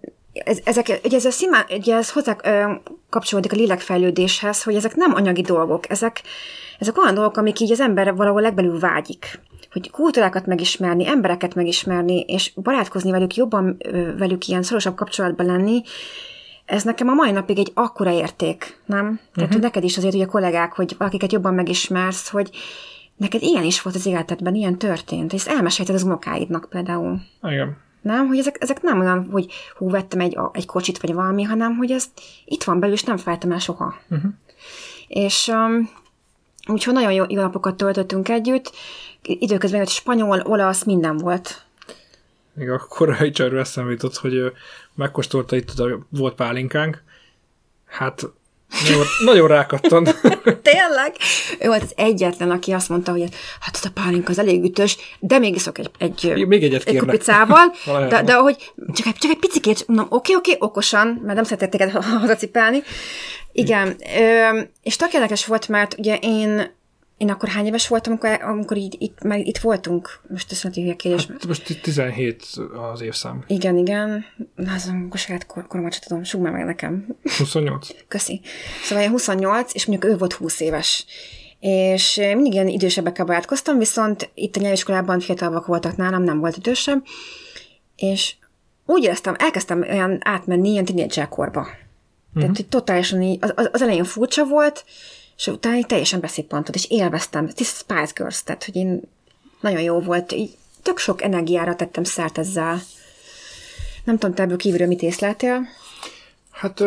ez hozzá kapcsolódik a lélekfejlődéshez, hogy ezek nem anyagi dolgok, ezek olyan dolgok, amik így az ember valahol legbelül vágyik. Hogy kultúrákat megismerni, embereket megismerni, és barátkozni velük, jobban velük ilyen szorosabb kapcsolatban lenni, ez nekem a mai napig egy akkora érték, nem? Tehát, hogy neked is azért ugye kollégák, hogy valakiket jobban megismersz, hogy neked ilyen is volt az életedben, ilyen történt, és ezt elmesélted az unokáidnak például. Igen. Nem? Hogy ezek nem olyan, hogy vettem egy kocsit, vagy valami, hanem, hogy ez itt van belül, és nem felejtem el soha. És úgyhogy nagyon jó napokat töltöttünk együtt, időközben jött spanyol, olasz, minden volt. Még a korai csajról eszembe jutott, hogy megkóstolta itt volt pálinkánk. Hát nagyon rákattant. Tényleg? Ő volt az egyetlen, aki azt mondta, hogy hát ez a pálinka az elég ütős, de még iszok egy kupicával, de hogy csak egy picikét, mondom, oké, okosan, mert nem szeretett téged hazacipelni. Igen, és tök érdekes volt, mert ugye én akkor hány éves voltam, amikor itt voltunk? Most ezt hülye kérdés. Hát most itt 17 az évszám. Igen. Azon saját koromat sem tudom, súgd meg nekem. 28. Köszi. Szóval én 28, és mondjuk ő volt 20 éves. És mindig ilyen idősebbekkel barátkoztam, viszont itt a nyelviskolában fiatalabbak voltak nálam, nem volt idősebb. És úgy éreztem, elkezdtem olyan átmenni ilyen tínédzser korba. Tehát, hogy totálisan így, az elején furcsa volt, és utána így teljesen beszippantott, és élveztem. Ez Spice Girls, tehát, hogy én nagyon jó volt. Így tök sok energiára tettem szert ezzel. Nem tudom, te ebből kívülről mit észleltél? Hát,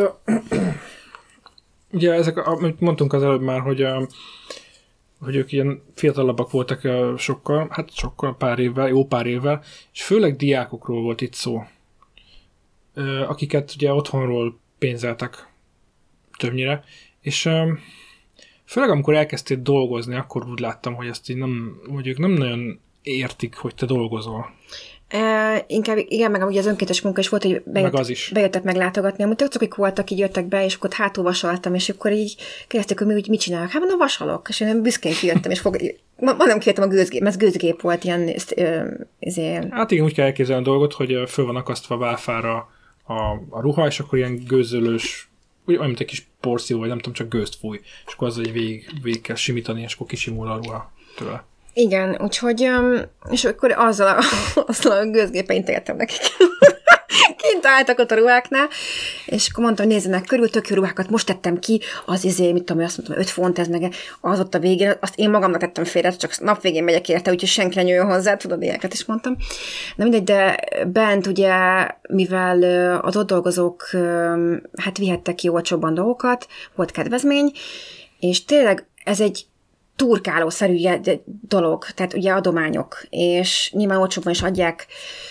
ugye ezek, amit mondtunk az előbb már, hogy ők ilyen fiatalabbak voltak sokkal, jó pár évvel, és főleg diákokról volt itt szó, akiket ugye otthonról pénzeltek többnyire, és főleg amikor elkezdtél dolgozni, akkor úgy láttam, hogy hogy ők nem nagyon értik, hogy te dolgozol. Inkább, igen, meg ugye az önkéntes munka is volt, hogy bejöttek meglátogatni, amúgy tök cukik voltak, így jöttek be, és akkor hátul vasaltam, és akkor így kérdezték, hogy mit csinálok. Hát mondom, vasalok, és én büszkén kijöttem, és nem kértem a gőzgép, mert gőzgép volt ilyen Hát igen, úgy kell elképzelni a dolgot, hogy föl van akasztva válfára a ruha, és akkor ilyen gőzölős, olyan, mint egy kis porszívó, vagy nem tudom, csak gőzt fúj, és akkor azzal végig kell simítani, és akkor kisimul a ruha tőle. Igen, úgyhogy, és akkor azzal a gőzgépen integettem nekik. Kint álltak ott a ruháknál, és akkor mondtam, hogy nézzenek körül, tök jó ruhákat most tettem ki, mit tudom, azt mondtam, 5 font ez meg, az ott a végén, azt én magamnak tettem félre, csak nap végén megyek érte, úgyhogy senki ne jöjjön hozzá, tudod, ilyeneket is mondtam. De mindegy, de bent ugye, mivel az ott dolgozók hát vihettek ki olcsóbban dolgokat, volt kedvezmény, és tényleg ez egy turkálószerű dolog, tehát ugye adományok, és nyilván olcsóban is adják.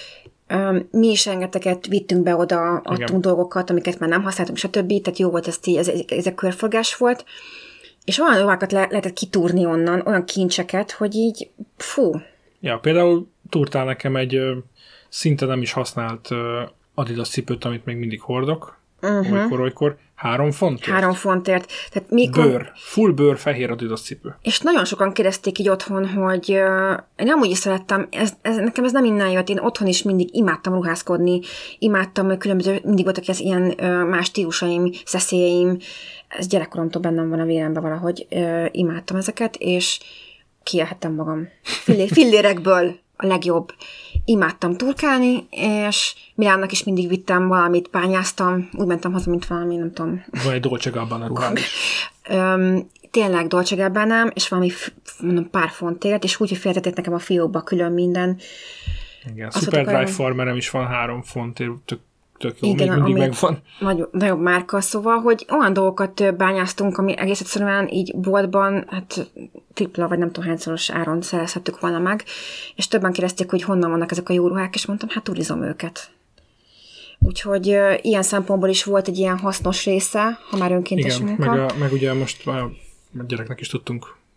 Mi is rengeteget vittünk be oda, adtunk dolgokat, amiket már nem használtunk, stb. Tehát jó volt, ez a körforgás volt. És olyan dolgokat lehetett kitúrni onnan, olyan kincseket, hogy így, fú. Ja, például túrtál nekem egy szinte nem is használt Adidas cipőt, amit még mindig hordok. Olykor 3 fontért. 3 fontért. Tehát full bőr, fehér Adidas cipő. És nagyon sokan kérdezték így otthon, hogy én amúgy is szerettem, nekem ez nem innen jött, én otthon is mindig imádtam ruházkodni, imádtam különböző, mindig voltak ilyen más stílusaim, szeszélyeim, ez gyerekkoromtól bennem van a véremben valahogy, imádtam ezeket, és kiélhettem magam. Fillérekből a legjobb. Imádtam turkálni, és Milánnak is mindig vittem valamit, bányáztam, úgy mentem haza, mint valami, nem tudom. Van egy Dolce Gabbana ruhád is. Tényleg Dolce Gabbana, és valami mondom, pár fontért, és úgy, hogy féltetett nekem a fiókba külön minden. Igen, Super Dry Farmerem is van 3 fontért, tök jó, igen, még mindig megvan. Nagyobb márka, szóval, hogy olyan dolgokat bányáztunk, ami egész egyszerűen így boltban, hát tripla, vagy nem tudom hányszoros áron szerezhettük volna meg, és többen kérdezték, hogy honnan vannak ezek a jó ruhák, és mondtam, hát turizom őket. Úgyhogy ilyen szempontból is volt egy ilyen hasznos része, ha már önkéntes munka. Meg ugye most a gyereknek is tudtunk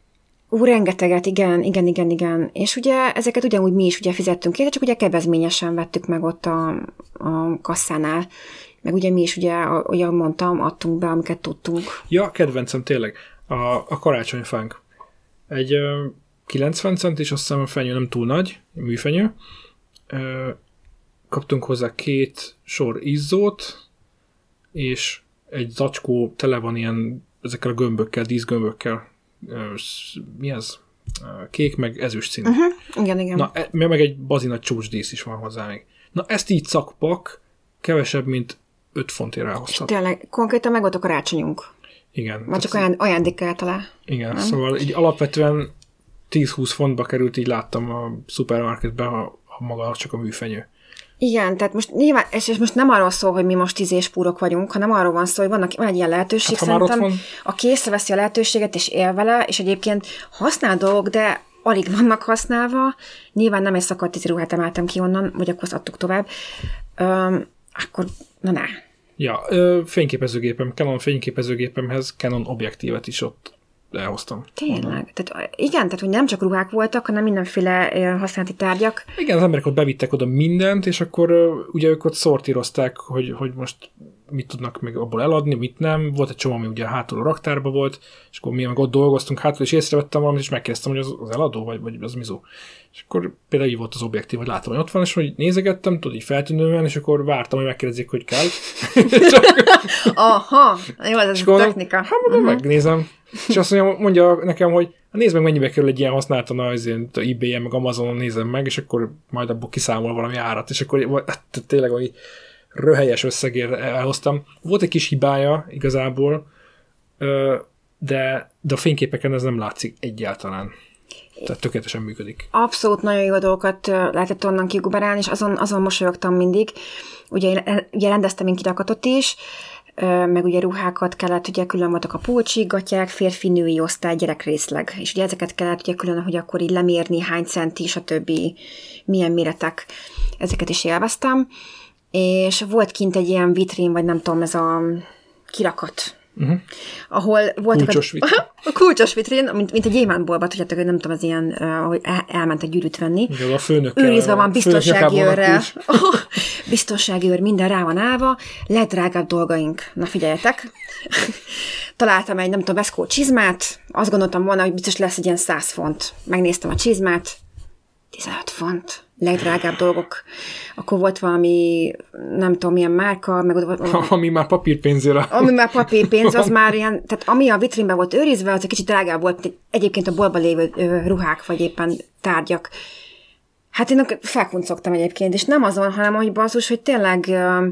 Rengeteget, igen. És ugye ezeket ugyanúgy mi is ugye fizettünk érte, csak ugye kedvezményesen vettük meg ott a kasszánál. Meg ugye mi is ugye, ahogy mondtam, adtunk be, amiket tudtunk. Ja, kedvencem tényleg. A karácsonyfánk. Egy 90 cent, és azt hiszem a fenyő nem túl nagy, műfenyő. Kaptunk hozzá 2 sor izzót, és egy zacskó tele van ilyen ezekkel a gömbökkel, díszgömbökkel. Mi ez? Kék, meg ezüst színű. Igen. Na, meg egy bazinagy csúcsdísz is van hozzá még. Na, ezt így szakpak kevesebb, mint 5 fontért elhozhat. Tényleg, konkrétan meg volt a karácsonyunk. Igen. Már csak ajándékkal talán. Igen, nem? Szóval így alapvetően 10-20 fontba került, így láttam a szupermarketben, ha maga csak a műfenyő. Igen, tehát most nyilván, és most nem arról szól, hogy mi most 10 éspúrok vagyunk, hanem arról van szó, hogy van egy ilyen lehetőség, hát, szerintem, aki észreveszi a lehetőséget, és él vele, és egyébként használ dolgok, de alig vannak használva, nyilván nem egy szakadt 10 ruhát emeltem ki onnan, vagy akkor azt adtuk tovább, akkor na ne. Ja, fényképezőgépem, Canon fényképezőgépemhez Canon objektívet is ott elhoztam. Tényleg. Tehát, igen, tehát hogy nem csak ruhák voltak, hanem mindenféle használati tárgyak. Igen, az emberek ott bevittek oda mindent, és akkor ugye ők ott szortírozták, hogy most mit tudnak még abból eladni, mit nem. Volt egy csomó, ami ugye hátul a raktárban volt, és akkor mi meg ott dolgoztunk hátul, és észrevettem valamit, és megkérdeztem, hogy az eladó, vagy az mizu. És akkor például így volt az objektív, hogy látom, hogy ott van, és hogy nézegettem, tudod, így feltűnően, és akkor vártam, hogy megkérdezik, hogy kell. Aha, jó, ez a technika. Hát megnézem. És azt mondja nekem, hogy nézd meg, mennyibe kerül egy ilyen használtan az eBay-en, meg Amazonon nézem meg, és akkor majd abból kiszámol valami árat, és akkor tényleg hogy röhelyes összegért elhoztam. Volt egy kis hibája igazából, de a fényképeken ez nem látszik egyáltalán. Tehát tökéletesen működik. Abszolút nagyon jó dolgokat lehetett onnan kiguberálni, és azon mosolyogtam mindig. Ugye rendeztem én kirakatot is, meg ugye ruhákat kellett, ugye külön voltak a pulcsik, gatyák, férfi, női osztály, gyerekrészleg. És ugye ezeket kellett ugye külön, hogy akkor így lemérni, hány centi, stb. Milyen méretek. Ezeket is élveztem. És volt kint egy ilyen vitrín, vagy nem tudom, ez a kirakat. Ahol voltak a kulcsos vitrín, mint egy gyémántbolba, tudjátok, hogy nem tudom, az ilyen, hogy elmentek gyűrűt venni. Igen, a főnökkel. Őrizve van biztonsági őrrel. Biztonsági őr, minden rá van állva. Legdrágább dolgaink. Na figyeljetek. Találtam egy, nem tudom, Veszkó csizmát. Azt gondoltam volna, hogy biztos lesz egy ilyen 100 font. Megnéztem a csizmát. 15 font. Legdrágább dolgok. Akkor volt valami, nem tudom, milyen márka, meg ami már papírpénzére. Ami már papírpénz, az már ilyen, tehát ami a vitrínben volt őrizve, az egy kicsit drágább volt, egyébként a boltban lévő ruhák, vagy éppen tárgyak. Hát én felkuncogtam egyébként, és nem azon, hanem hogy basszus, hogy tényleg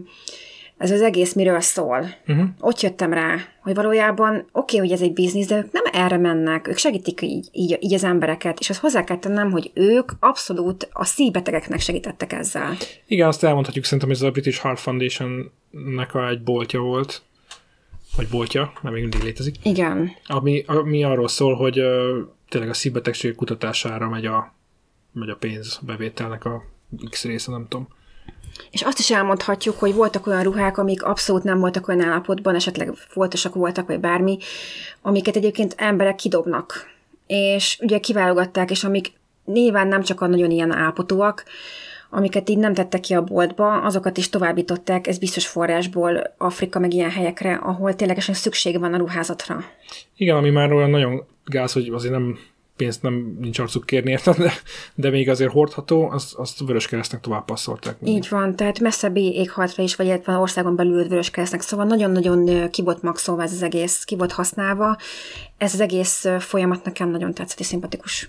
ez az egész miről szól. Ott jöttem rá, hogy valójában oké, hogy ez egy biznisz, de ők nem erre mennek, ők segítik így az embereket, és azt hozzá kell tennem, hogy ők abszolút a szívbetegeknek segítettek ezzel. Igen, azt elmondhatjuk, szerintem ez a British Heart Foundation-nek egy boltja volt, vagy boltja, mert még mindig létezik. Igen. Ami arról szól, hogy tényleg a szívbetegség kutatására megy a pénzbevételnek a X része, nem tudom. És azt is elmondhatjuk, hogy voltak olyan ruhák, amik abszolút nem voltak olyan állapotban, esetleg foltosak voltak, vagy bármi, amiket egyébként emberek kidobnak. És ugye kiválogatták, és amik nyilván nem csak a nagyon ilyen állapotúak, amiket így nem tettek ki a boltba, azokat is továbbították, ez biztos forrásból Afrika meg ilyen helyekre, ahol ténylegesen szükség van a ruházatra. Igen, ami már olyan nagyon gáz, hogy azért nem pénzt nincs arcuk kérni érte, de még azért hordható, azt Vöröskeresztnek tovább passzolták. Mindig. Így van, tehát messzebbi éghajlatra is, vagy illetve országon belül Vöröskeresztnek, szóval nagyon-nagyon ki volt maxolva ez az egész, ki volt használva. Ez az egész folyamat nekem nagyon tetszett és szimpatikus.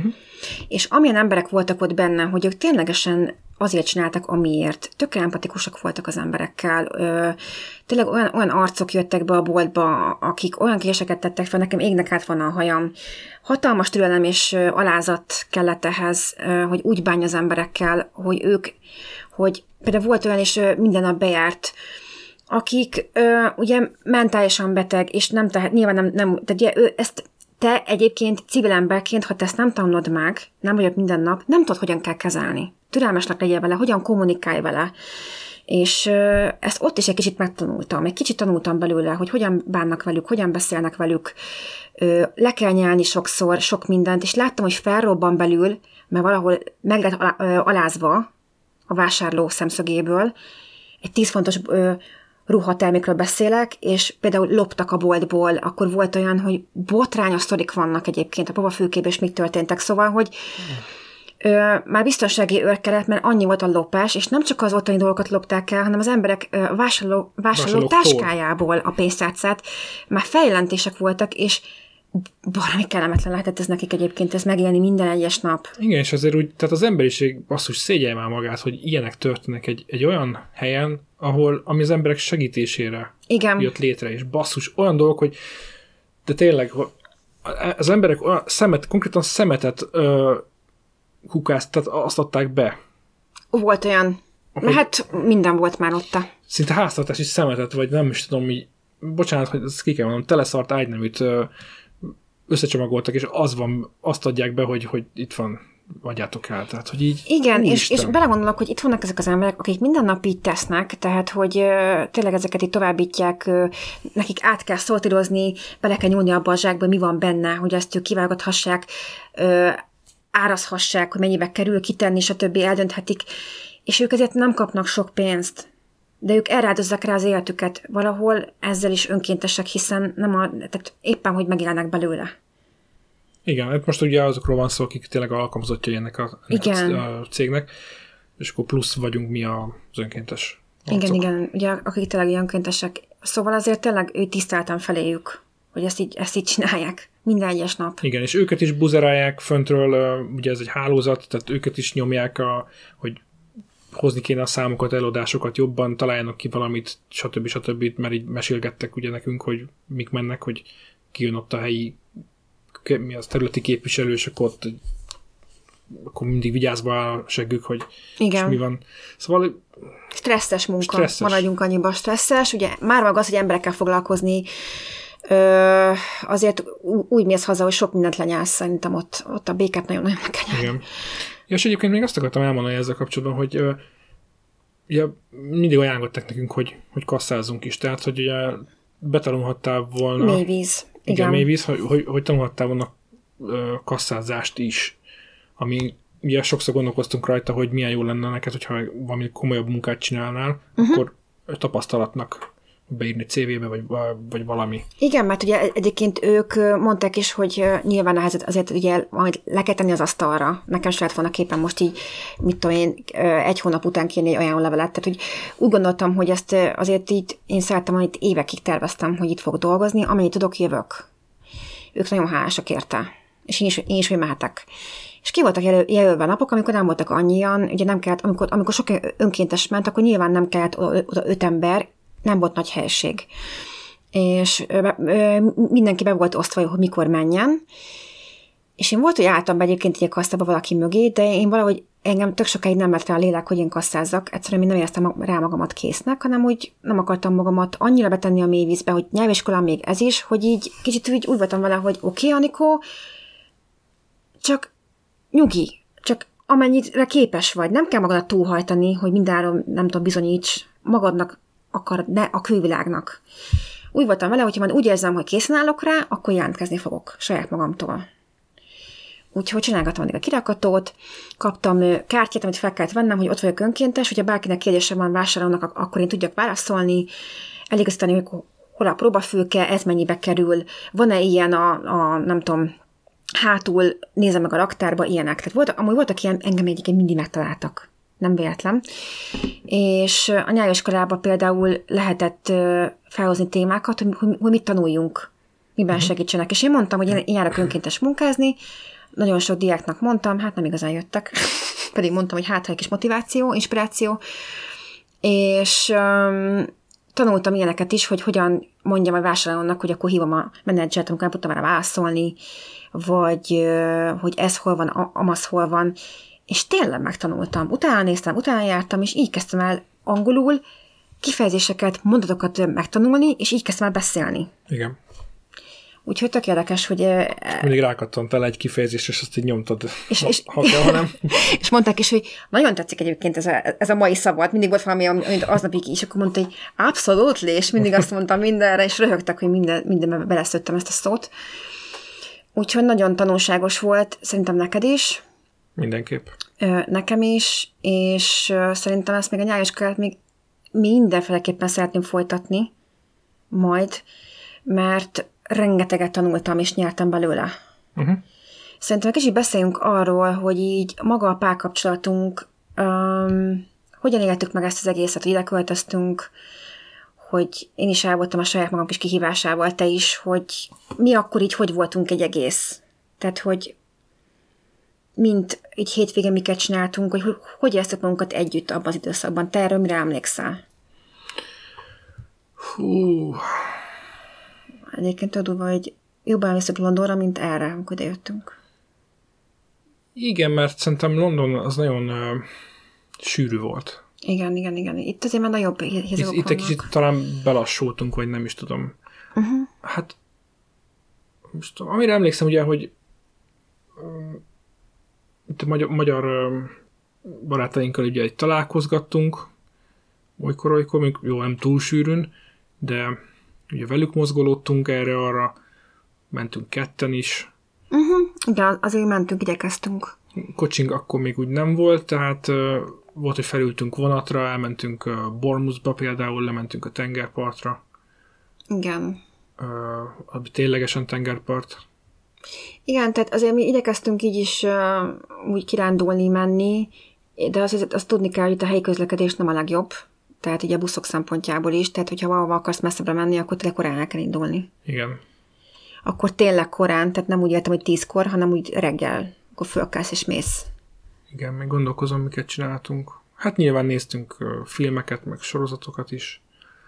És amilyen emberek voltak ott benne, hogy ők ténylegesen azért csináltak, amiért. Tök empatikusak voltak az emberekkel. Tényleg olyan arcok jöttek be a boltba, akik olyan késeket tettek fel, nekem égnek át van a hajam. Hatalmas türelem és alázat kellett ehhez, hogy úgy bánj az emberekkel, hogy például volt olyan, és minden nap bejárt, akik ugye mentálisan beteg, és nem tehát nyilván nem tehát ugye ezt te egyébként civil emberként, ha te ezt nem tanulod meg, nem vagyok minden nap, nem tudod, hogyan kell kezelni. Türelmesnek legyél vele, hogyan kommunikálj vele. És ezt ott is egy kicsit megtanultam, egy kicsit tanultam belőle, hogy hogyan bánnak velük, hogyan beszélnek velük, le kell nyelni sokszor, sok mindent, és láttam, hogy felrobban belül, mert valahol meg lett alázva a vásárló szemszögéből. Egy 10 fontos ruhatermékről beszélek, és például loptak a boltból, akkor volt olyan, hogy botrányos sztorik vannak egyébként a babafülkében, és még történtek, szóval, hogy már biztonsági őr kellett, mert annyi volt a lopás, és nem csak az ottani dolgokat lopták el, hanem az emberek vásárló táskájából a pénztárcát. Már feljelentések voltak, és valami kellemetlen lehetett ez nekik egyébként, ez megélni minden egyes nap. Igen, és azért úgy, tehát az emberiség basszus szégyelje már magát, hogy ilyenek történnek egy olyan helyen, ami az emberek segítésére jött létre, és basszus, olyan dolgok, hogy de tényleg az emberek konkrétan szemetet tehát azt adták be. Volt olyan, hát minden volt már ott. Szinte háztartási szemetet, vagy nem is tudom, így, bocsánat, hogy ezt ki kell mondom, teleszart ágyneműt összecsomagoltak, és azt adják be, hogy itt van, adjátok el. Tehát, hogy így, igen, és belegondolok, hogy itt vannak ezek az emberek, akik minden nap így tesznek, tehát, hogy tényleg ezeket így továbbítják, nekik át kell szortírozni, bele kell nyúlni abba a zsákba, mi van benne, hogy ezt ők kiválogathassák, árazhassák, hogy mennyibe kerül kitenni, stb. Eldönthetik, és ők ezért nem kapnak sok pénzt, de ők elráldozzák rá az életüket valahol, ezzel is önkéntesek, hiszen tehát éppen, hogy megjelennek belőle. Igen, hát most ugye azokról van szó, akik tényleg alkalmazottjai ennek a cégnek, és akkor plusz vagyunk mi az önkéntes arcok. Igen, ugye akik tényleg önkéntesek. Szóval azért tényleg ő tiszteltem feléjük, hogy ezt így csinálják minden egyes nap. Igen, és őket is buzerálják föntről, ugye ez egy hálózat, tehát őket is nyomják, hogy hozni kéne a számokat, eladásokat jobban, találjanak ki valamit, stb. Mert így mesélgettek ugye nekünk, hogy mik mennek, hogy kijön ott a helyi területi képviselő, és akkor mindig vigyázva a seggük, hogy mi van. Szóval stresszes munka, maradjunk annyiban stresszes. Ugye már maga az, hogy emberekkel foglalkozni, azért úgy mész haza, hogy sok mindent lenyelsz, szerintem ott a békát nagyon-nagyon meg kell nyelni. Igen. Ja, és egyébként még azt akartam elmondani ezzel kapcsolatban, hogy ugye mindig ajánlották nekünk, hogy kasszázzunk is. Tehát, hogy ugye betanulhattál volna... Mélyvíz. Igen, mélyvíz, hogy tanulhattál volna kasszázást is. Ami ugye sokszor gondolkoztunk rajta, hogy milyen jó lenne neked, hogyha valami komolyabb munkát csinálnál, akkor tapasztalatnak beírni CV-be, vagy valami. Igen, mert ugye egyébként ők mondták is, hogy nyilván a helyzet azért ugye majd le kell tenni az asztalra. Nekem se lett volna képen most így, mit tudom én, 1 hónap után kérni egy ajánlólevelet. Tehát, hogy úgy gondoltam, hogy ezt azért így én szerettem, hogy itt évekig terveztem, hogy itt fogok dolgozni, amennyit tudok, jövök. Ők nagyon hálásak érte. És én is hogy mehetek. És ki voltak jelölve napok, amikor nem voltak annyian, ugye nem kellett, amikor sok önkéntes ment, akkor nyilván nem kellett oda 5 ember, nem volt nagy helység. És mindenki be volt osztva, hogy mikor menjen. És én volt, hogy álltam be egyébként egy kasszába valaki mögé, de én valahogy engem tök sokáig nem lett rá a lélek, hogy én kasszázzak. Egyszerűen én nem éreztem rá magamat késznek, hanem úgy nem akartam magamat annyira betenni a mélyvízbe, hogy nyelviskolán még ez is, hogy így kicsit úgy voltam vele, hogy oké, Anikó, csak nyugi, csak amennyire képes vagy. Nem kell magadat túlhajtani, hogy mindenáron, nem tudom, bizonyíts magadnak, akar, ne a külvilágnak. Úgy voltam vele, hogyha majd úgy érzem, hogy készen állok rá, akkor jelentkezni fogok saját magamtól. Úgyhogy csinálgattam addig a kirakatót, kaptam kártyát, amit fel kellett vennem, hogy ott vagyok önkéntes, hogyha bárkinek kérdése van vásárolnak, akkor én tudjak válaszolni, eligazítani, hogy hol a próbafülke, ez mennyibe kerül, van-e ilyen nem tudom, hátul nézem meg a raktárba, ilyenek. Tehát amúgy voltak ilyen, engem egyébként mindig megtaláltak. Nem véletlen. És a nyáriskolában például lehetett felhozni témákat, hogy mit tanuljunk, miben segítsenek. És én mondtam, hogy én járok önkéntes munkázni, nagyon sok diáknak mondtam, hát nem igazán jöttek, pedig mondtam, hogy hát egy kis motiváció, inspiráció, és tanultam ilyeneket is, hogy hogyan mondjam a vásárlónak, hogy akkor hívom a menedzsert, amikor nem tudtam erre válaszolni, vagy hogy ez hol van, amaz hol van, és tényleg megtanultam. Utána néztem, utána jártam, és így kezdtem el angolul kifejezéseket, mondatokat megtanulni, és így kezdtem el beszélni. Igen. Úgyhogy tök érdekes, hogy... Mindig rákattantál egy kifejezést, és azt így nyomtad, ha kell, hanem. És mondták is, hogy nagyon tetszik egyébként ez a mai szabad. Mindig volt valami, amit aznapig is, akkor mondta, hogy abszolútli, és mindig azt mondtam mindenre, és röhögtek, hogy mindenbe beleszőttem ezt a szót. Úgyhogy nagyon tanulságos volt, szerintem neked is. Mindenképp. Nekem is, és szerintem ezt még a nyáriskolát még mindenféleképpen szeretném folytatni majd, mert rengeteget tanultam, és nyertem belőle. Uh-huh. Szerintem kicsit beszéljünk arról, hogy így maga a párkapcsolatunk, hogyan éltük meg ezt az egészet, hogy ide költöztünk, hogy én is el voltam a saját magam kis kihívásával, te is, hogy mi akkor így hogy voltunk egy egész. Tehát, hogy mint így hétvégén miket csináltunk, hogy éreztük magunkat együtt abban az időszakban. Te erről mire emlékszel? Hú... Egyébként tudod, hogy jobban emlékszünk Londonra, mint erre, amikor idejöttünk. Igen, mert szerintem London az nagyon sűrű volt. Igen. Itt azért már nagyobb hizagok Itt egy kicsit talán belassultunk, vagy nem is tudom. Uh-huh. Hát, most amire emlékszem ugye, hogy itt a magyar barátainkkal ugye találkozgattunk, olykor, még jó, nem túl sűrűn, de ugye velük mozgolódtunk erre-arra, mentünk ketten is. Uh-huh. Igen, azért mentünk, igyekeztünk. Coaching akkor még úgy nem volt, tehát volt, hogy felültünk vonatra, elmentünk Bournemouthba például, lementünk a tengerpartra. Igen. Ami ténylegesen tengerpart. Igen, tehát azért mi igyekeztünk így is úgy kirándulni, menni, de azt tudni kell, hogy itt a helyi közlekedés nem a legjobb. Tehát így a buszok szempontjából is, tehát hogyha valahova akarsz messzebbre menni, akkor tényleg korán el kell indulni. Igen. Akkor tényleg korán, tehát nem úgy értem, hogy 10-kor, hanem úgy reggel, akkor fölkelsz és mész. Igen, meg gondolkozom, miket csináltunk. Hát nyilván néztünk filmeket, meg sorozatokat is.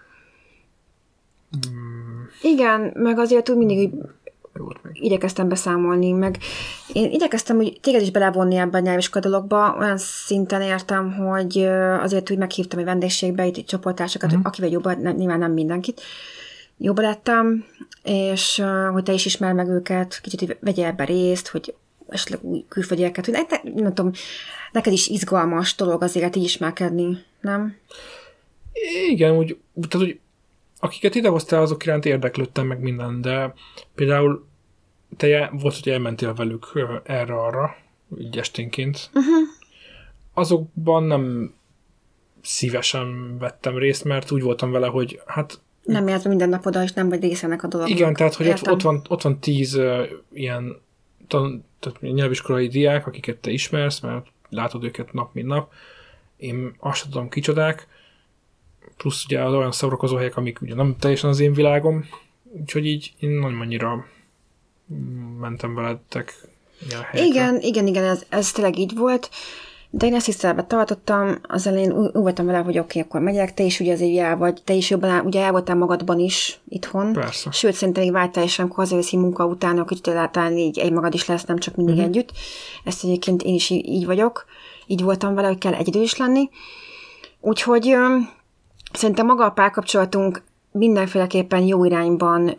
Igen, meg azért úgy mindig volt meg. Igyekeztem beszámolni, meg én igyekeztem úgy téged is belevonni ebben a nyelviskola dologba, olyan szinten értem, hogy azért úgy meghívtam egy vendégségbe itt csoporttársakat, akivel jobban, nyilván nem mindenkit, jobban lettem, és hogy te is ismer meg őket, kicsit vegyél ebben részt, hogy esetleg új külföldieket, hogy nem tudom, neked is izgalmas dolog azért így ismerkedni, nem? Igen, úgy, tehát úgy akiket idehoztál, azok iránt érdeklődtem meg minden, de például te volt, hogy elmentél velük erre-arra, így esténként. Uh-huh. Azokban nem szívesen vettem részt, mert úgy voltam vele, hogy hát... Nem értem minden nap oda, és nem vagy része ennek a dolognak. Igen, tehát, hogy ott van 10 ilyen tehát nyelviskolai diák, akiket te ismersz, mert látod őket nap, mint nap. Én azt sem tudom, kicsodák, plusz ugye az olyan szórakozó helyek, amik ugye nem teljesen az én világom, úgyhogy így én nagyon annyira mentem veletek ilyen helyekre. Igen, ez tényleg így volt, de én ezt tiszteletben tartottam, az elején úgy voltam vele, hogy oké, akkor megyek, te is ugye azért el vagy, te is jobban ugye el voltál magadban is itthon. Persze. Sőt, szerintem még vágytál is, amikor hazaveszi munka után, akkor talán így egy magad is lesz, nem csak mindig együtt. Ezt egyébként én is így vagyok. Így voltam vele, hogy kell egyedül is lenni. Úgyhogy szerintem maga a párkapcsolatunk mindenféleképpen jó irányban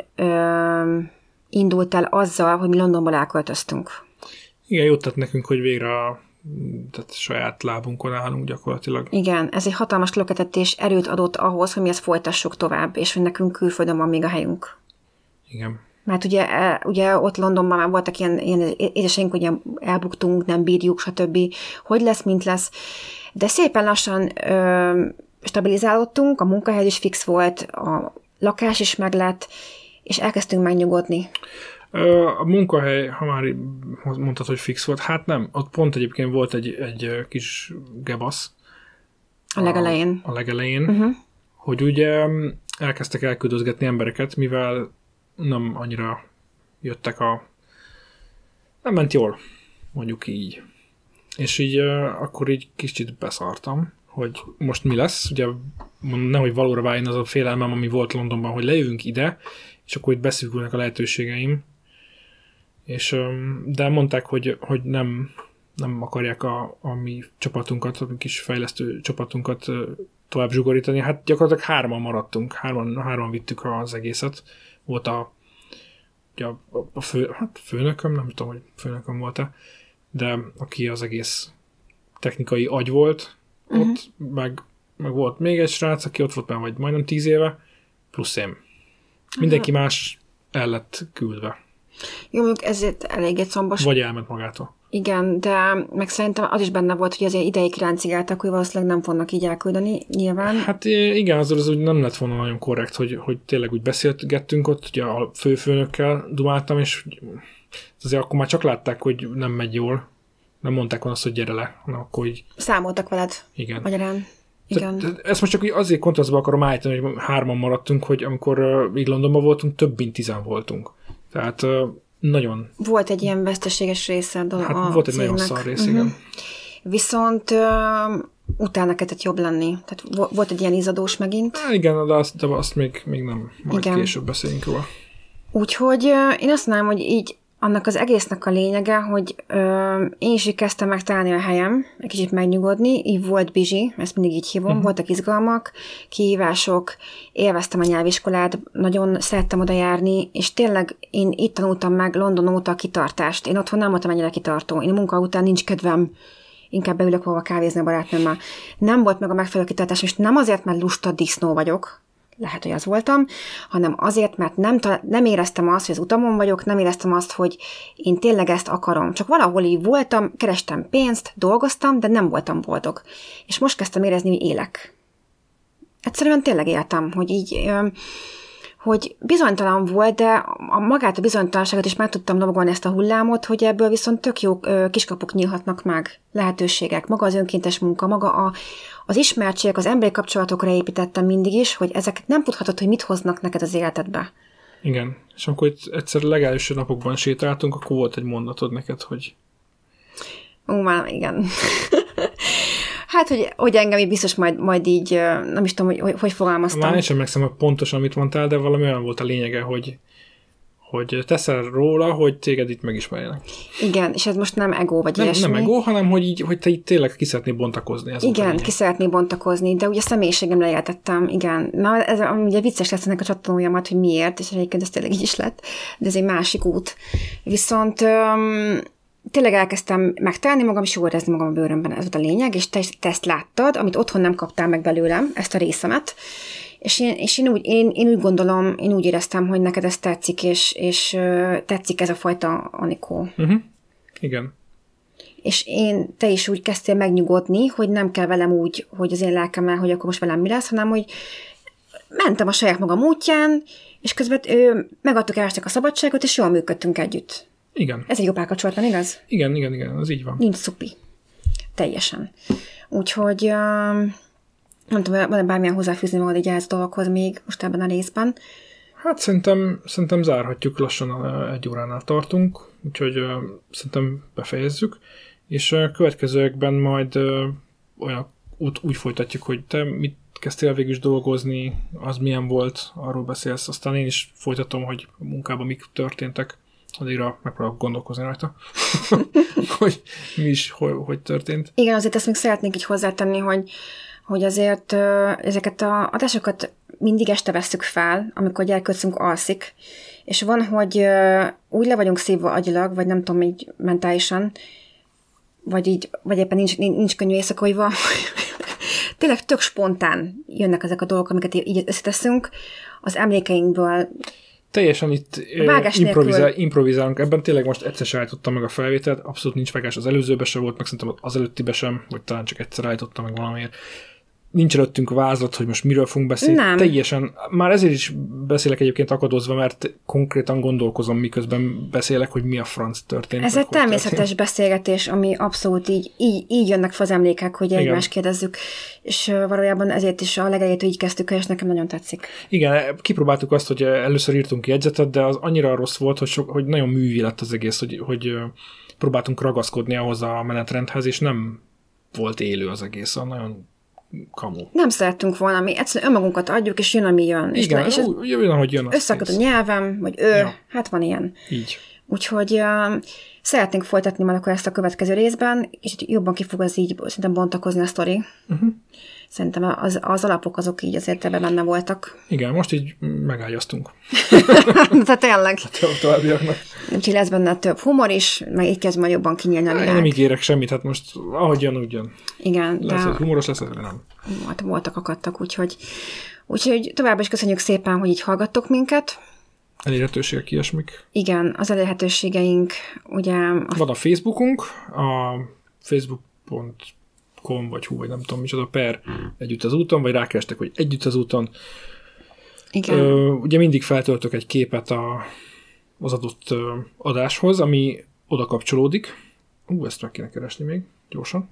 indult el azzal, hogy mi Londonból elköltöztünk. Igen, jót tett nekünk, hogy végre tehát saját lábunkon állunk gyakorlatilag. Igen, ez egy hatalmas löketet és erőt adott ahhoz, hogy mi ezt folytassuk tovább, és hogy nekünk külföldön van még a helyünk. Igen. Mert ugye ott Londonban már voltak ilyen édeseink, hogy elbuktunk, nem bírjuk, stb. Hogy lesz, mint lesz. De szépen lassan stabilizálódtunk, a munkahely is fix volt, a lakás is meglett, és elkezdtünk megnyugodni. A munkahely, ha már mondtad, hogy fix volt, hát nem, ott pont egyébként volt egy kis gebasz. A legelején. A legelején, hogy ugye elkezdtek elküldözgetni embereket, mivel nem annyira jöttek nem ment jól, mondjuk így. És így akkor így kicsit beszartam, hogy most mi lesz, ugye nehogy valóra váljon az a félelmem, ami volt Londonban, hogy lejövünk ide, és akkor itt beszűkülnek a lehetőségeim. És, de mondták, hogy nem akarják a mi csapatunkat, a mi kis fejlesztő csapatunkat tovább zsugorítani. Hát gyakorlatilag hárman maradtunk, hárman vittük az egészet. Volt főnököm, nem tudom, hogy főnököm volt-e, de aki az egész technikai agy volt ott, meg volt még egy srác, aki ott volt már vagy majdnem 10 éve, plusz én. Mindenki más el lett küldve. Jó, mondjuk ezért eléggé combos. Vagy elment magától. Igen, de meg szerintem az is benne volt, hogy azért ideig ráncigáltak, hogy valószínűleg nem fognak így elküldeni, nyilván. Hát igen, az úgy nem lett volna nagyon korrekt, hogy tényleg úgy beszélgettünk ott, ugye a főnökkel dumáltam, és azért akkor már csak látták, hogy nem megy jól. Nem mondták volna azt, hogy gyere le, hanem akkor így... Számoltak veled. Igen. Magyarán. Igen. Ezt most csak azért kontrasztba akarom állítani, hogy 3-an maradtunk, hogy amikor így Londonban voltunk, több mint 10 voltunk. Tehát nagyon... Volt egy ilyen veszteséges része a Hát volt egy nagyon szar rész, igen. Viszont utána kezdett jobb lenni. Tehát volt egy ilyen izadós megint. Igen, de azt még nem. Majd igen. Később beszéljünk róla. Úgyhogy én azt mondanám, hogy így annak az egésznek a lényege, hogy én is így kezdtem megtalálni a helyem, egy kicsit megnyugodni, így volt bizsi, ezt mindig így hívom, voltak izgalmak, kihívások, élveztem a nyelviskolát, nagyon szerettem oda járni, és tényleg én itt tanultam meg London óta a kitartást. Én otthon nem voltam ennyire kitartó. Én a munka után nincs kedvem, inkább beülök hova kávézni a barátnőmmel. Nem volt meg a megfelelő kitartás, és nem azért, mert lusta disznó vagyok, lehet, hogy az voltam, hanem azért, mert nem éreztem azt, hogy az utamon vagyok, nem éreztem azt, hogy én tényleg ezt akarom. Csak valahol így voltam, kerestem pénzt, dolgoztam, de nem voltam boldog. És most kezdtem érezni, hogy élek. Egyszerűen tényleg éltem, hogy így, hogy bizonytalan volt, de magát a bizonytalanságot is meg tudtam lovagolni ezt a hullámot, hogy ebből viszont tök jó kiskapuk nyílhatnak meg, lehetőségek, maga az önkéntes munka, maga az ismertségek, az emberi kapcsolatokra építettem mindig is, hogy ezek nem tudhatod, hogy mit hoznak neked az életedbe. Igen, és amikor itt egyszer legelső napokban sétáltunk, akkor volt egy mondatod neked, hogy... Már igen. Hát, hogy engem így biztos majd így, nem is tudom, hogy fogalmaztam. Már én sem emlékszem pontosan, mit mondtál, de valami olyan volt a lényege, hogy teszel róla, hogy téged itt megismerjenek. Igen, és ez most nem ego vagy ilyesmi. Nem ego, hanem hogy te itt tényleg ki szeretnél bontakozni. Igen, ki szeretnél bontakozni, de ugye személyiségemre éltettem, igen. Na, ez ugye vicces lesz ennek a csattanójamat, hogy miért, és egyébként ez tényleg így is lett, de ez egy másik út. Viszont tényleg elkezdtem megtalálni magam, és jól érezni magam a bőrömben, ez volt a lényeg, és te ezt láttad, amit otthon nem kaptál meg belőlem, ezt a részemet, és én úgy gondolom, én úgy éreztem, hogy neked ez tetszik, és tetszik ez a fajta Anikó. Igen. És te is úgy kezdtél megnyugodni, hogy nem kell velem úgy, hogy az én lelkemmel, hogy akkor most velem mi lesz, hanem hogy mentem a saját magam útján, és közben megadtuk egymásnak a szabadságot, és jól működtünk együtt. Igen. Ez egy jó párkapcsolat, igaz? Igen, az így van. Nincs szupi. Teljesen. Úgyhogy nem tudom, van-e bármilyen hozzáfűzni magad így ehhez a dologhoz még most ebben a részben? Hát szerintem zárhatjuk, lassan 1 óránál tartunk, úgyhogy szerintem befejezzük, és a következőekben majd úgy folytatjuk, hogy te mit kezdtél végül is dolgozni, az milyen volt, arról beszélsz, aztán én is folytatom, hogy a munkában mik történtek, addigra megpróbálok gondolkozni rajta, hogy mi is, hogy történt. Igen, azért ezt még szeretnék így hozzátenni, hogy azért ezeket az adásokat mindig este vesszük fel, amikor gyerkőcünk alszik, és van, hogy úgy le vagyunk szívva agyilag, vagy nem tudom, így mentálisan, vagy éppen nincs könnyű éjszakaival, tényleg tök spontán jönnek ezek a dolgok, amiket így összeteszünk az emlékeinkből. Teljesen itt improvizálunk. Ebben tényleg most egyszer se állítottam meg a felvételt, abszolút nincs vágás, az előzőbe sem volt, meg szerintem az előttibe sem, vagy talán csak egyszer állítottam meg valamiért. Nincs előttünk vázlat, hogy most miről fogunk beszélni. Nem. Teljesen, már ezért is beszélek egyébként akadozva, mert konkrétan gondolkozom, miközben beszélek, hogy mi a franc történik. Ez egy természetes beszélgetés, ami abszolút így jönnek fel az emlékek, hogy egymást kérdezzük, és valójában ezért is a legelejétől így kezdtük el, és nekem nagyon tetszik. Igen, kipróbáltuk azt, hogy először írtunk jegyzetet, de az annyira rossz volt, hogy nagyon művi lett az egész, hogy próbáltunk ragaszkodni ahhoz a menetrendhez, és nem volt élő az egész, nagyon kamu. Nem szerettünk volna, mi egyszerűen önmagunkat adjuk, és jön, ami jön. Igen, és jön, ahogy jön. Összeakad a nyelvem, vagy hát van ilyen. Így. Úgyhogy Szeretnénk folytatni majd akkor ezt a következő részben, és jobban ki fog az így szerintem bontakozni a sztori. Szerintem az alapok azok így azért ebben benne voltak. Igen, most így megágyaztunk. Tehát tényleg. Továbbiaknak. Úgyhogy lesz benne több humor is, meg így kezd majd jobban kinyílni a világ. Én nem ígérek semmit, hát most ahogy jön, úgy jön. Igen. Lesz, hogy humoros lesz, vagy nem. Voltak akadtak, úgyhogy továbbá is köszönjük szépen, hogy így hallgattok minket. Elérhetőségek, ilyesmik. Igen, az elérhetőségeink, ugye... Van a Facebookunk, a facebook.com, vagy nem tudom micsoda, Együtt az úton, vagy rákerestek, hogy Együtt az úton. Igen. Ugye mindig feltöltök egy képet az adott adáshoz, ami oda kapcsolódik. Ezt meg kéne keresni még, gyorsan.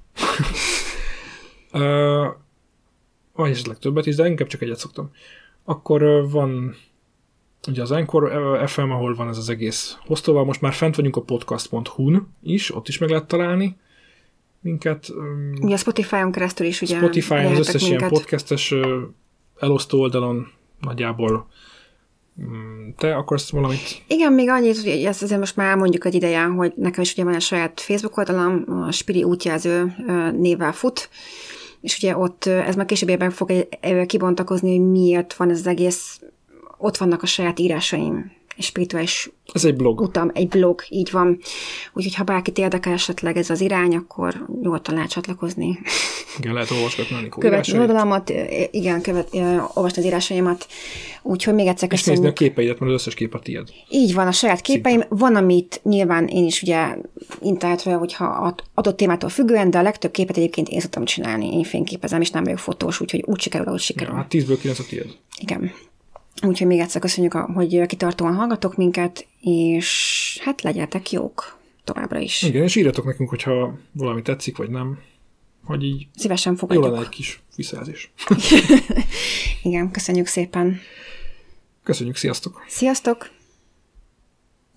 Vagy esetleg többet is, de inkább csak egyet szoktam. Akkor van ugye az Anchor FM, ahol van ez az egész hostolva. Most már fent vagyunk a podcast.hu-n is, ott is meg lehet találni minket. Ugye a Spotify-on keresztül is ugye Spotify-on az összes minket. Ilyen podcastes elosztó oldalon nagyjából. Te akarsz valamit? Igen, még annyit, hogy ezt azért most már elmondjuk egy ideje, hogy nekem is ugye van egy saját Facebook oldalam, a Spiri útjelző névvel fut, és ugye ott ez már később fog kibontakozni, hogy miért van ez az egész, ott vannak a saját írásaim, egy spirituális ez egy blog. utam, egy blog, így van. Úgyhogy ha bárkit érdekel esetleg ez az irány, akkor nyugodtan lehet csatlakozni. Igen, lehet olvasgatni a Nikó követni oldalamat, igen, olvasni az írásaimat. Úgyhogy még egyszer köszönjük. És nézni a képeidet, mert az összes kép a tiéd. Így van, a saját képeim. Szinte. Van, amit nyilván én is ugye internetről, hogyha adott témától függően, de a legtöbb képet egyébként én szoktam csinálni. Én fényképezem, és nem vagyok fotós, úgyhogy úgy sikerül, ahogy sikerül. Ja, hát 10-ből 9 a tiéd. Igen. Úgyhogy még egyszer köszönjük, hogy kitartóan hallgatok minket, és hát legyetek jók továbbra is. Igen, és írjatok nekünk, hogyha valami tetszik, vagy nem. Hogy így szívesen fogadjuk. Jó lenne egy kis visszajelzés. Igen, köszönjük szépen. Köszönjük, sziasztok! Sziasztok!